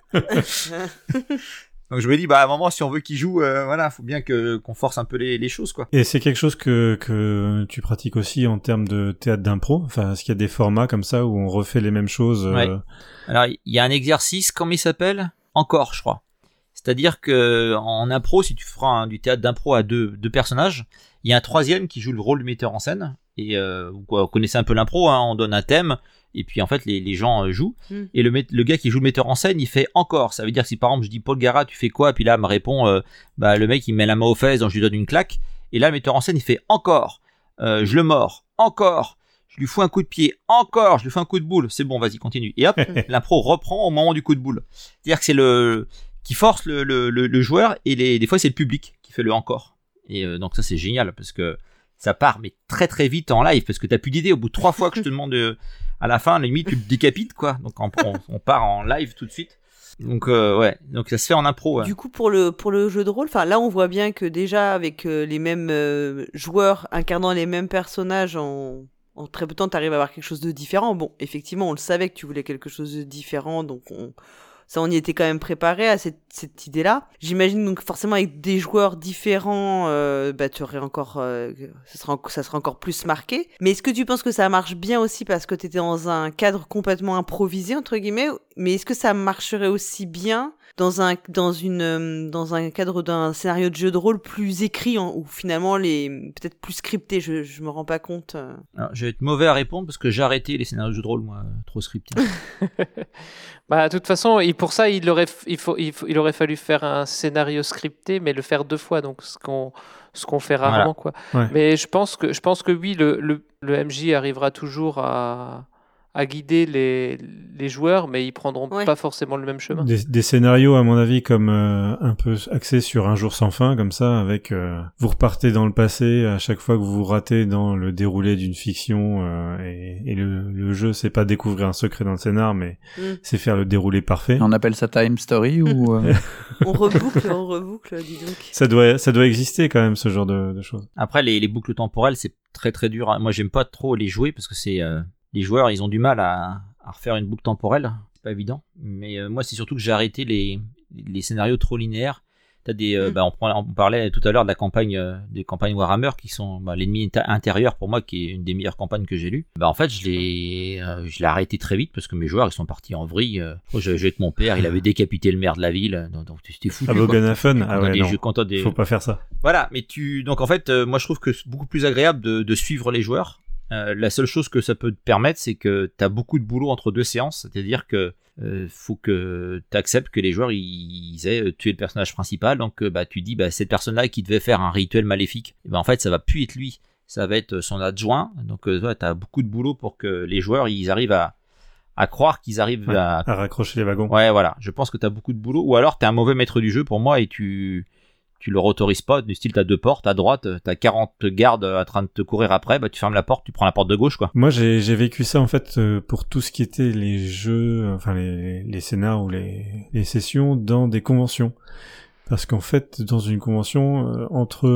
C: Donc je me dis à un moment si on veut qu'il joue, faut bien qu'on force un peu les choses, quoi.
A: Et c'est quelque chose que tu pratiques aussi en termes de théâtre d'impro, enfin est-ce qu'il y a des formats comme ça où on refait les mêmes choses
C: Ouais. Alors il y a un exercice, comment il s'appelle ? Encore, je crois. C'est-à-dire que en impro, si tu feras du théâtre d'impro à deux personnages, il y a un troisième qui joue le rôle du metteur en scène. Et vous connaissez un peu l'impro, hein, on donne un thème, et puis en fait les gens jouent. Et le gars qui joue le metteur en scène, il fait encore. Ça veut dire que si par exemple je dis Paul Gara, tu fais quoi ? Puis là, il me répond, le mec il met la main aux fesses, donc je lui donne une claque. Et là, le metteur en scène, il fait encore. Je le mords, encore. Je lui fous un coup de pied, encore. Je lui fais un coup de boule. C'est bon, vas-y, continue. Et hop, l'impro reprend au moment du coup de boule. C'est-à-dire que c'est qui force le joueur, et des fois c'est le public qui fait le encore. Et donc ça c'est génial, parce que ça part mais très très vite en live, parce que t'as plus d'idées au bout de 3 fois que je te demande à la fin, à la limite tu te décapites, quoi. Donc on part en live tout de suite. Donc donc ça se fait en impro.
B: Du coup pour le jeu de rôle, enfin là on voit bien que déjà avec les mêmes joueurs incarnant les mêmes personnages en très peu de temps t'arrives à avoir quelque chose de différent. Bon, effectivement on le savait que tu voulais quelque chose de différent, donc on y était quand même préparé à cette idée-là. J'imagine donc forcément avec des joueurs différents, tu aurais encore, ça sera encore plus marqué. Mais est-ce que tu penses que ça marche bien aussi parce que tu étais dans un cadre complètement improvisé entre guillemets, mais est-ce que ça marcherait aussi bien dans un cadre d'un scénario de jeu de rôle plus écrit, ou finalement peut-être plus scripté, je me rends pas compte.
C: Alors, je vais être mauvais à répondre parce que j'ai arrêté les scénarios de jeu de rôle, moi, trop scriptés.
D: De toute façon, pour ça, il aurait fallu faire un scénario scripté, mais le faire 2 fois, donc ce qu'on fait rarement, quoi.
A: Ouais.
D: Mais je pense que oui, le MJ arrivera toujours à à guider les joueurs, mais ils prendront pas forcément le même chemin.
A: Des scénarios, à mon avis, comme un peu axés sur un jour sans fin, comme ça, avec vous repartez dans le passé à chaque fois que vous ratez dans le déroulé d'une fiction, et le jeu, c'est pas découvrir un secret dans le scénar, mais c'est faire le déroulé parfait.
E: On appelle ça Time Story ou
B: On reboucle, dis donc.
A: Ça doit exister quand même, ce genre de choses.
C: Après, les boucles temporelles, c'est très très dur. Moi, j'aime pas trop les jouer parce que c'est les joueurs, ils ont du mal à refaire une boucle temporelle. C'est pas évident. Mais moi, c'est surtout que j'ai arrêté les scénarios trop linéaires. T'as on parlait tout à l'heure de la campagne, des campagnes Warhammer qui sont l'ennemi intérieur pour moi, qui est une des meilleures campagnes que j'ai lues. En fait, je l'ai arrêté très vite parce que mes joueurs ils sont partis en vrille. J'avais joué avec mon père, il avait décapité le maire de la ville, donc c'était foutu.
A: Ah, Boganafen, faut pas faire ça.
C: Voilà, mais donc en fait, moi je trouve que c'est beaucoup plus agréable de suivre les joueurs. La seule chose que ça peut te permettre, c'est que t'as beaucoup de boulot entre deux séances, c'est-à-dire que faut que tu acceptes que les joueurs ils aient tué le personnage principal, donc tu dis cette personne-là qui devait faire un rituel maléfique, et en fait ça va plus être lui, ça va être son adjoint, donc t'as beaucoup de boulot pour que les joueurs ils arrivent à croire qu'ils arrivent à
A: raccrocher les wagons.
C: Ouais, voilà, je pense que t'as beaucoup de boulot, ou alors t'es un mauvais maître du jeu pour moi et tu leur autorises pas, du style t'as 2 portes, à droite, t'as 40 gardes en train de te courir après, tu fermes la porte, tu prends la porte de gauche, quoi.
A: Moi, j'ai vécu ça, en fait, pour tout ce qui était les jeux, enfin, les scénars ou les sessions dans des conventions. Parce qu'en fait, dans une convention, entre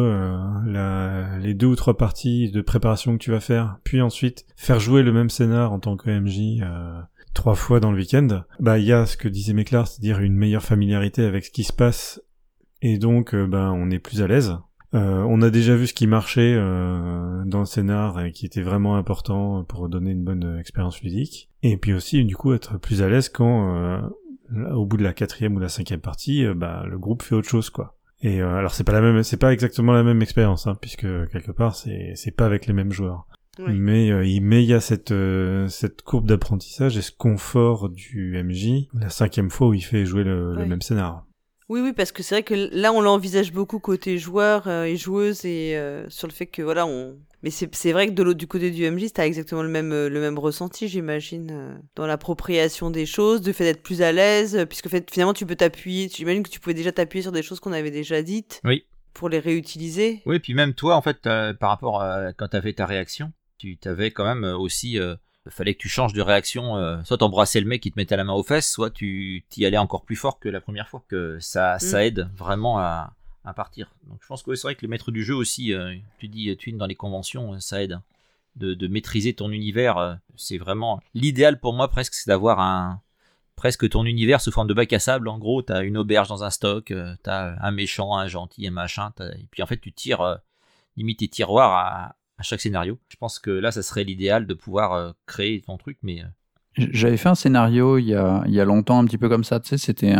A: les 2 ou 3 parties de préparation que tu vas faire, puis ensuite faire jouer le même scénar en tant que MJ 3 fois dans le week-end, il y a ce que disait Méclar, c'est-à-dire une meilleure familiarité avec ce qui se passe. Et donc, on est plus à l'aise. On a déjà vu ce qui marchait dans le scénar et qui était vraiment important pour donner une bonne expérience ludique. Et puis aussi, du coup, être plus à l'aise quand, au bout de la 4e ou la 5e partie, le groupe fait autre chose, quoi. Et alors, c'est pas exactement la même expérience, puisque quelque part, c'est pas avec les mêmes joueurs. Oui. Mais il y a cette courbe d'apprentissage et ce confort du MJ la 5e fois où il fait jouer le même scénar.
B: Oui, parce que c'est vrai que là, on l'envisage beaucoup côté joueurs et joueuses et sur le fait que, Mais c'est vrai que du côté du MJ, t'as exactement le même ressenti, j'imagine, dans l'appropriation des choses, du fait d'être plus à l'aise, puisque finalement, tu peux t'appuyer, j'imagine que tu pouvais déjà t'appuyer sur des choses qu'on avait déjà dites.
C: Oui.
B: Pour les réutiliser.
C: Oui, puis même toi, en fait, par rapport à quand t'avais ta réaction, tu t'avais quand même aussi... fallait que tu changes de réaction, soit t'embrassais le mec qui te mettait la main aux fesses, soit tu t'y allais encore plus fort que la première fois, que ça aide vraiment à partir. Donc je pense que c'est vrai que les maîtres du jeu aussi, tu dis Twin dans les conventions, ça aide de maîtriser ton univers. C'est vraiment l'idéal pour moi presque, c'est d'avoir presque ton univers sous forme de bac à sable. En gros, t'as une auberge dans un stock, t'as un méchant, un gentil, un machin, et puis en fait tu tires limite tes tiroirs à chaque scénario. Je pense que là, ça serait l'idéal de pouvoir créer ton truc, mais...
E: J'avais fait un scénario il y a longtemps, un petit peu comme ça, tu sais, c'était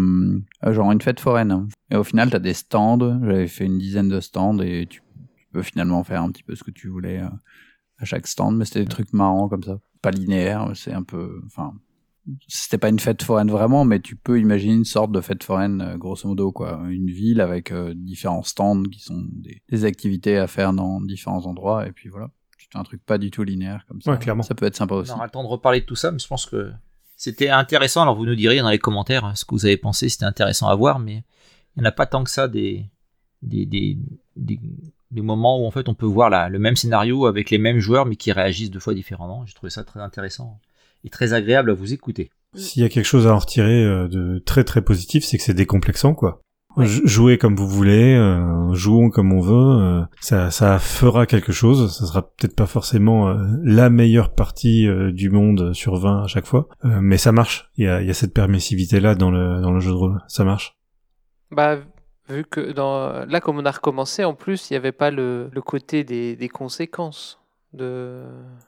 E: genre une fête foraine. Et au final, t'as des stands, j'avais fait une dizaine de stands, et tu peux finalement faire un petit peu ce que tu voulais à chaque stand, mais c'était des trucs marrants comme ça. Pas linéaire, c'est un peu... Enfin, c'était pas une fête foraine vraiment, mais tu peux imaginer une sorte de fête foraine, grosso modo, quoi. Une ville avec différents stands qui sont des activités à faire dans différents endroits, et puis voilà. Tu fais un truc pas du tout linéaire comme ça.
A: Ouais, clairement.
E: Ça peut être sympa aussi.
C: On aura le temps de reparler de tout ça, mais je pense que c'était intéressant. Alors vous nous direz dans les commentaires ce que vous avez pensé, c'était intéressant à voir, mais il n'y en a pas tant que ça des moments où en fait on peut voir le même scénario avec les mêmes joueurs, mais qui réagissent 2 fois différemment. J'ai trouvé ça très intéressant et très agréable à vous écouter.
A: S'il y a quelque chose à en retirer de très très positif, c'est que c'est décomplexant, quoi.
B: Ouais.
A: Jouez comme vous voulez, jouons comme on veut, ça fera quelque chose, ça sera peut-être pas forcément la meilleure partie du monde sur 20 à chaque fois, mais ça marche, il y a cette permissivité-là dans le jeu de rôle, ça marche.
D: Vu que là, comme on a recommencé, en plus, il n'y avait pas le côté des conséquences de...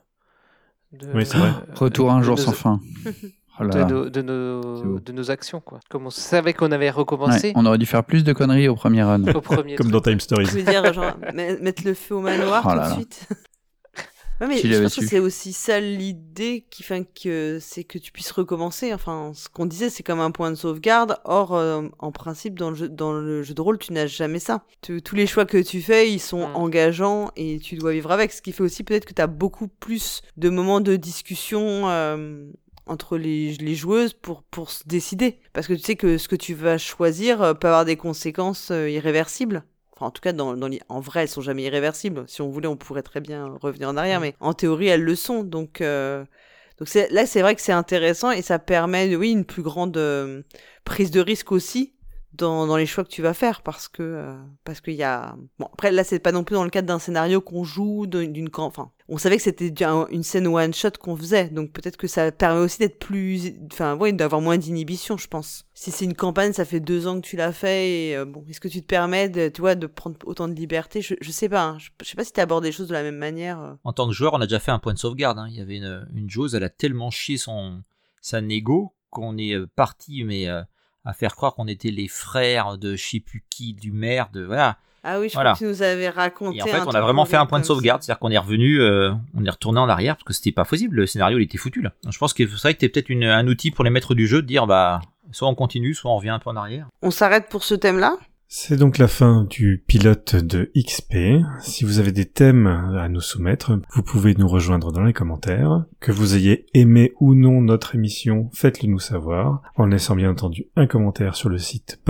A: Oui, c'est vrai.
E: Retour un jour sans fin. Oh là là.
D: De nos actions, quoi. Comme on savait qu'on avait recommencé.
E: Ouais, on aurait dû faire plus de conneries au premier run.
A: Comme dans Time Stories.
B: Je veux dire, genre, mettre le feu au manoir tout de suite. Ouais, mais je pense que c'est aussi ça l'idée c'est que tu puisses recommencer. Enfin, ce qu'on disait, c'est comme un point de sauvegarde. Or, en principe, dans le jeu de rôle, tu n'as jamais ça. Tous les choix que tu fais, ils sont engageants et tu dois vivre avec. Ce qui fait aussi peut-être que tu as beaucoup plus de moments de discussion entre les joueuses pour se décider. Parce que tu sais que ce que tu vas choisir peut avoir des conséquences irréversibles. Enfin, en tout cas, en vrai, elles sont jamais irréversibles. Si on voulait, on pourrait très bien revenir en arrière, mais en théorie, elles le sont. Donc là, c'est vrai que c'est intéressant et ça permet, oui, une plus grande prise de risque aussi dans les choix que tu vas faire, parce qu'il y a... Bon, après, là, c'est pas non plus dans le cadre d'un scénario qu'on joue, enfin, on savait que c'était une scène one-shot qu'on faisait, donc peut-être que ça permet aussi d'être plus... Enfin, ouais, d'avoir moins d'inhibition, je pense. Si c'est une campagne, ça fait 2 ans que tu l'as fait, et bon, est-ce que tu te permets de prendre autant de liberté ? Je sais pas, hein. Je sais pas si tu abordes les choses de la même manière.
C: En tant que joueur, on a déjà fait un point de sauvegarde, hein. Il y avait une joueuse, elle a tellement chié sa négo qu'on est parti, mais... à faire croire qu'on était les frères de je sais plus qui, du maire, voilà.
B: Ah oui, je crois que tu nous avais raconté.
C: Et en fait, on a vraiment fait un point de sauvegarde, c'est-à-dire qu'on est revenu, on est retourné en arrière, parce que c'était pas possible, le scénario il était foutu là. Donc, je pense que c'est vrai que c'était peut-être un outil pour les maîtres du jeu de dire, soit on continue, soit on revient un peu en arrière.
B: On s'arrête pour ce thème-là ?
A: C'est donc la fin du pilote de XP. Si vous avez des thèmes à nous soumettre, vous pouvez nous rejoindre dans les commentaires. Que vous ayez aimé ou non notre émission, faites-le nous savoir, en laissant bien entendu un commentaire sur le site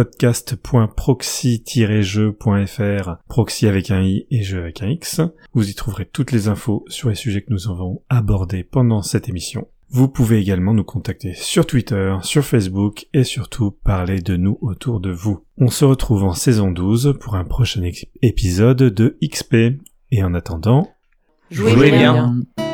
A: podcast.proxy-jeu.fr, proxy avec un i et jeu avec un x. Vous y trouverez toutes les infos sur les sujets que nous avons abordés pendant cette émission. Vous pouvez également nous contacter sur Twitter, sur Facebook et surtout parler de nous autour de vous. On se retrouve en saison 12 pour un prochain épisode de XP. Et en attendant,
C: jouez bien.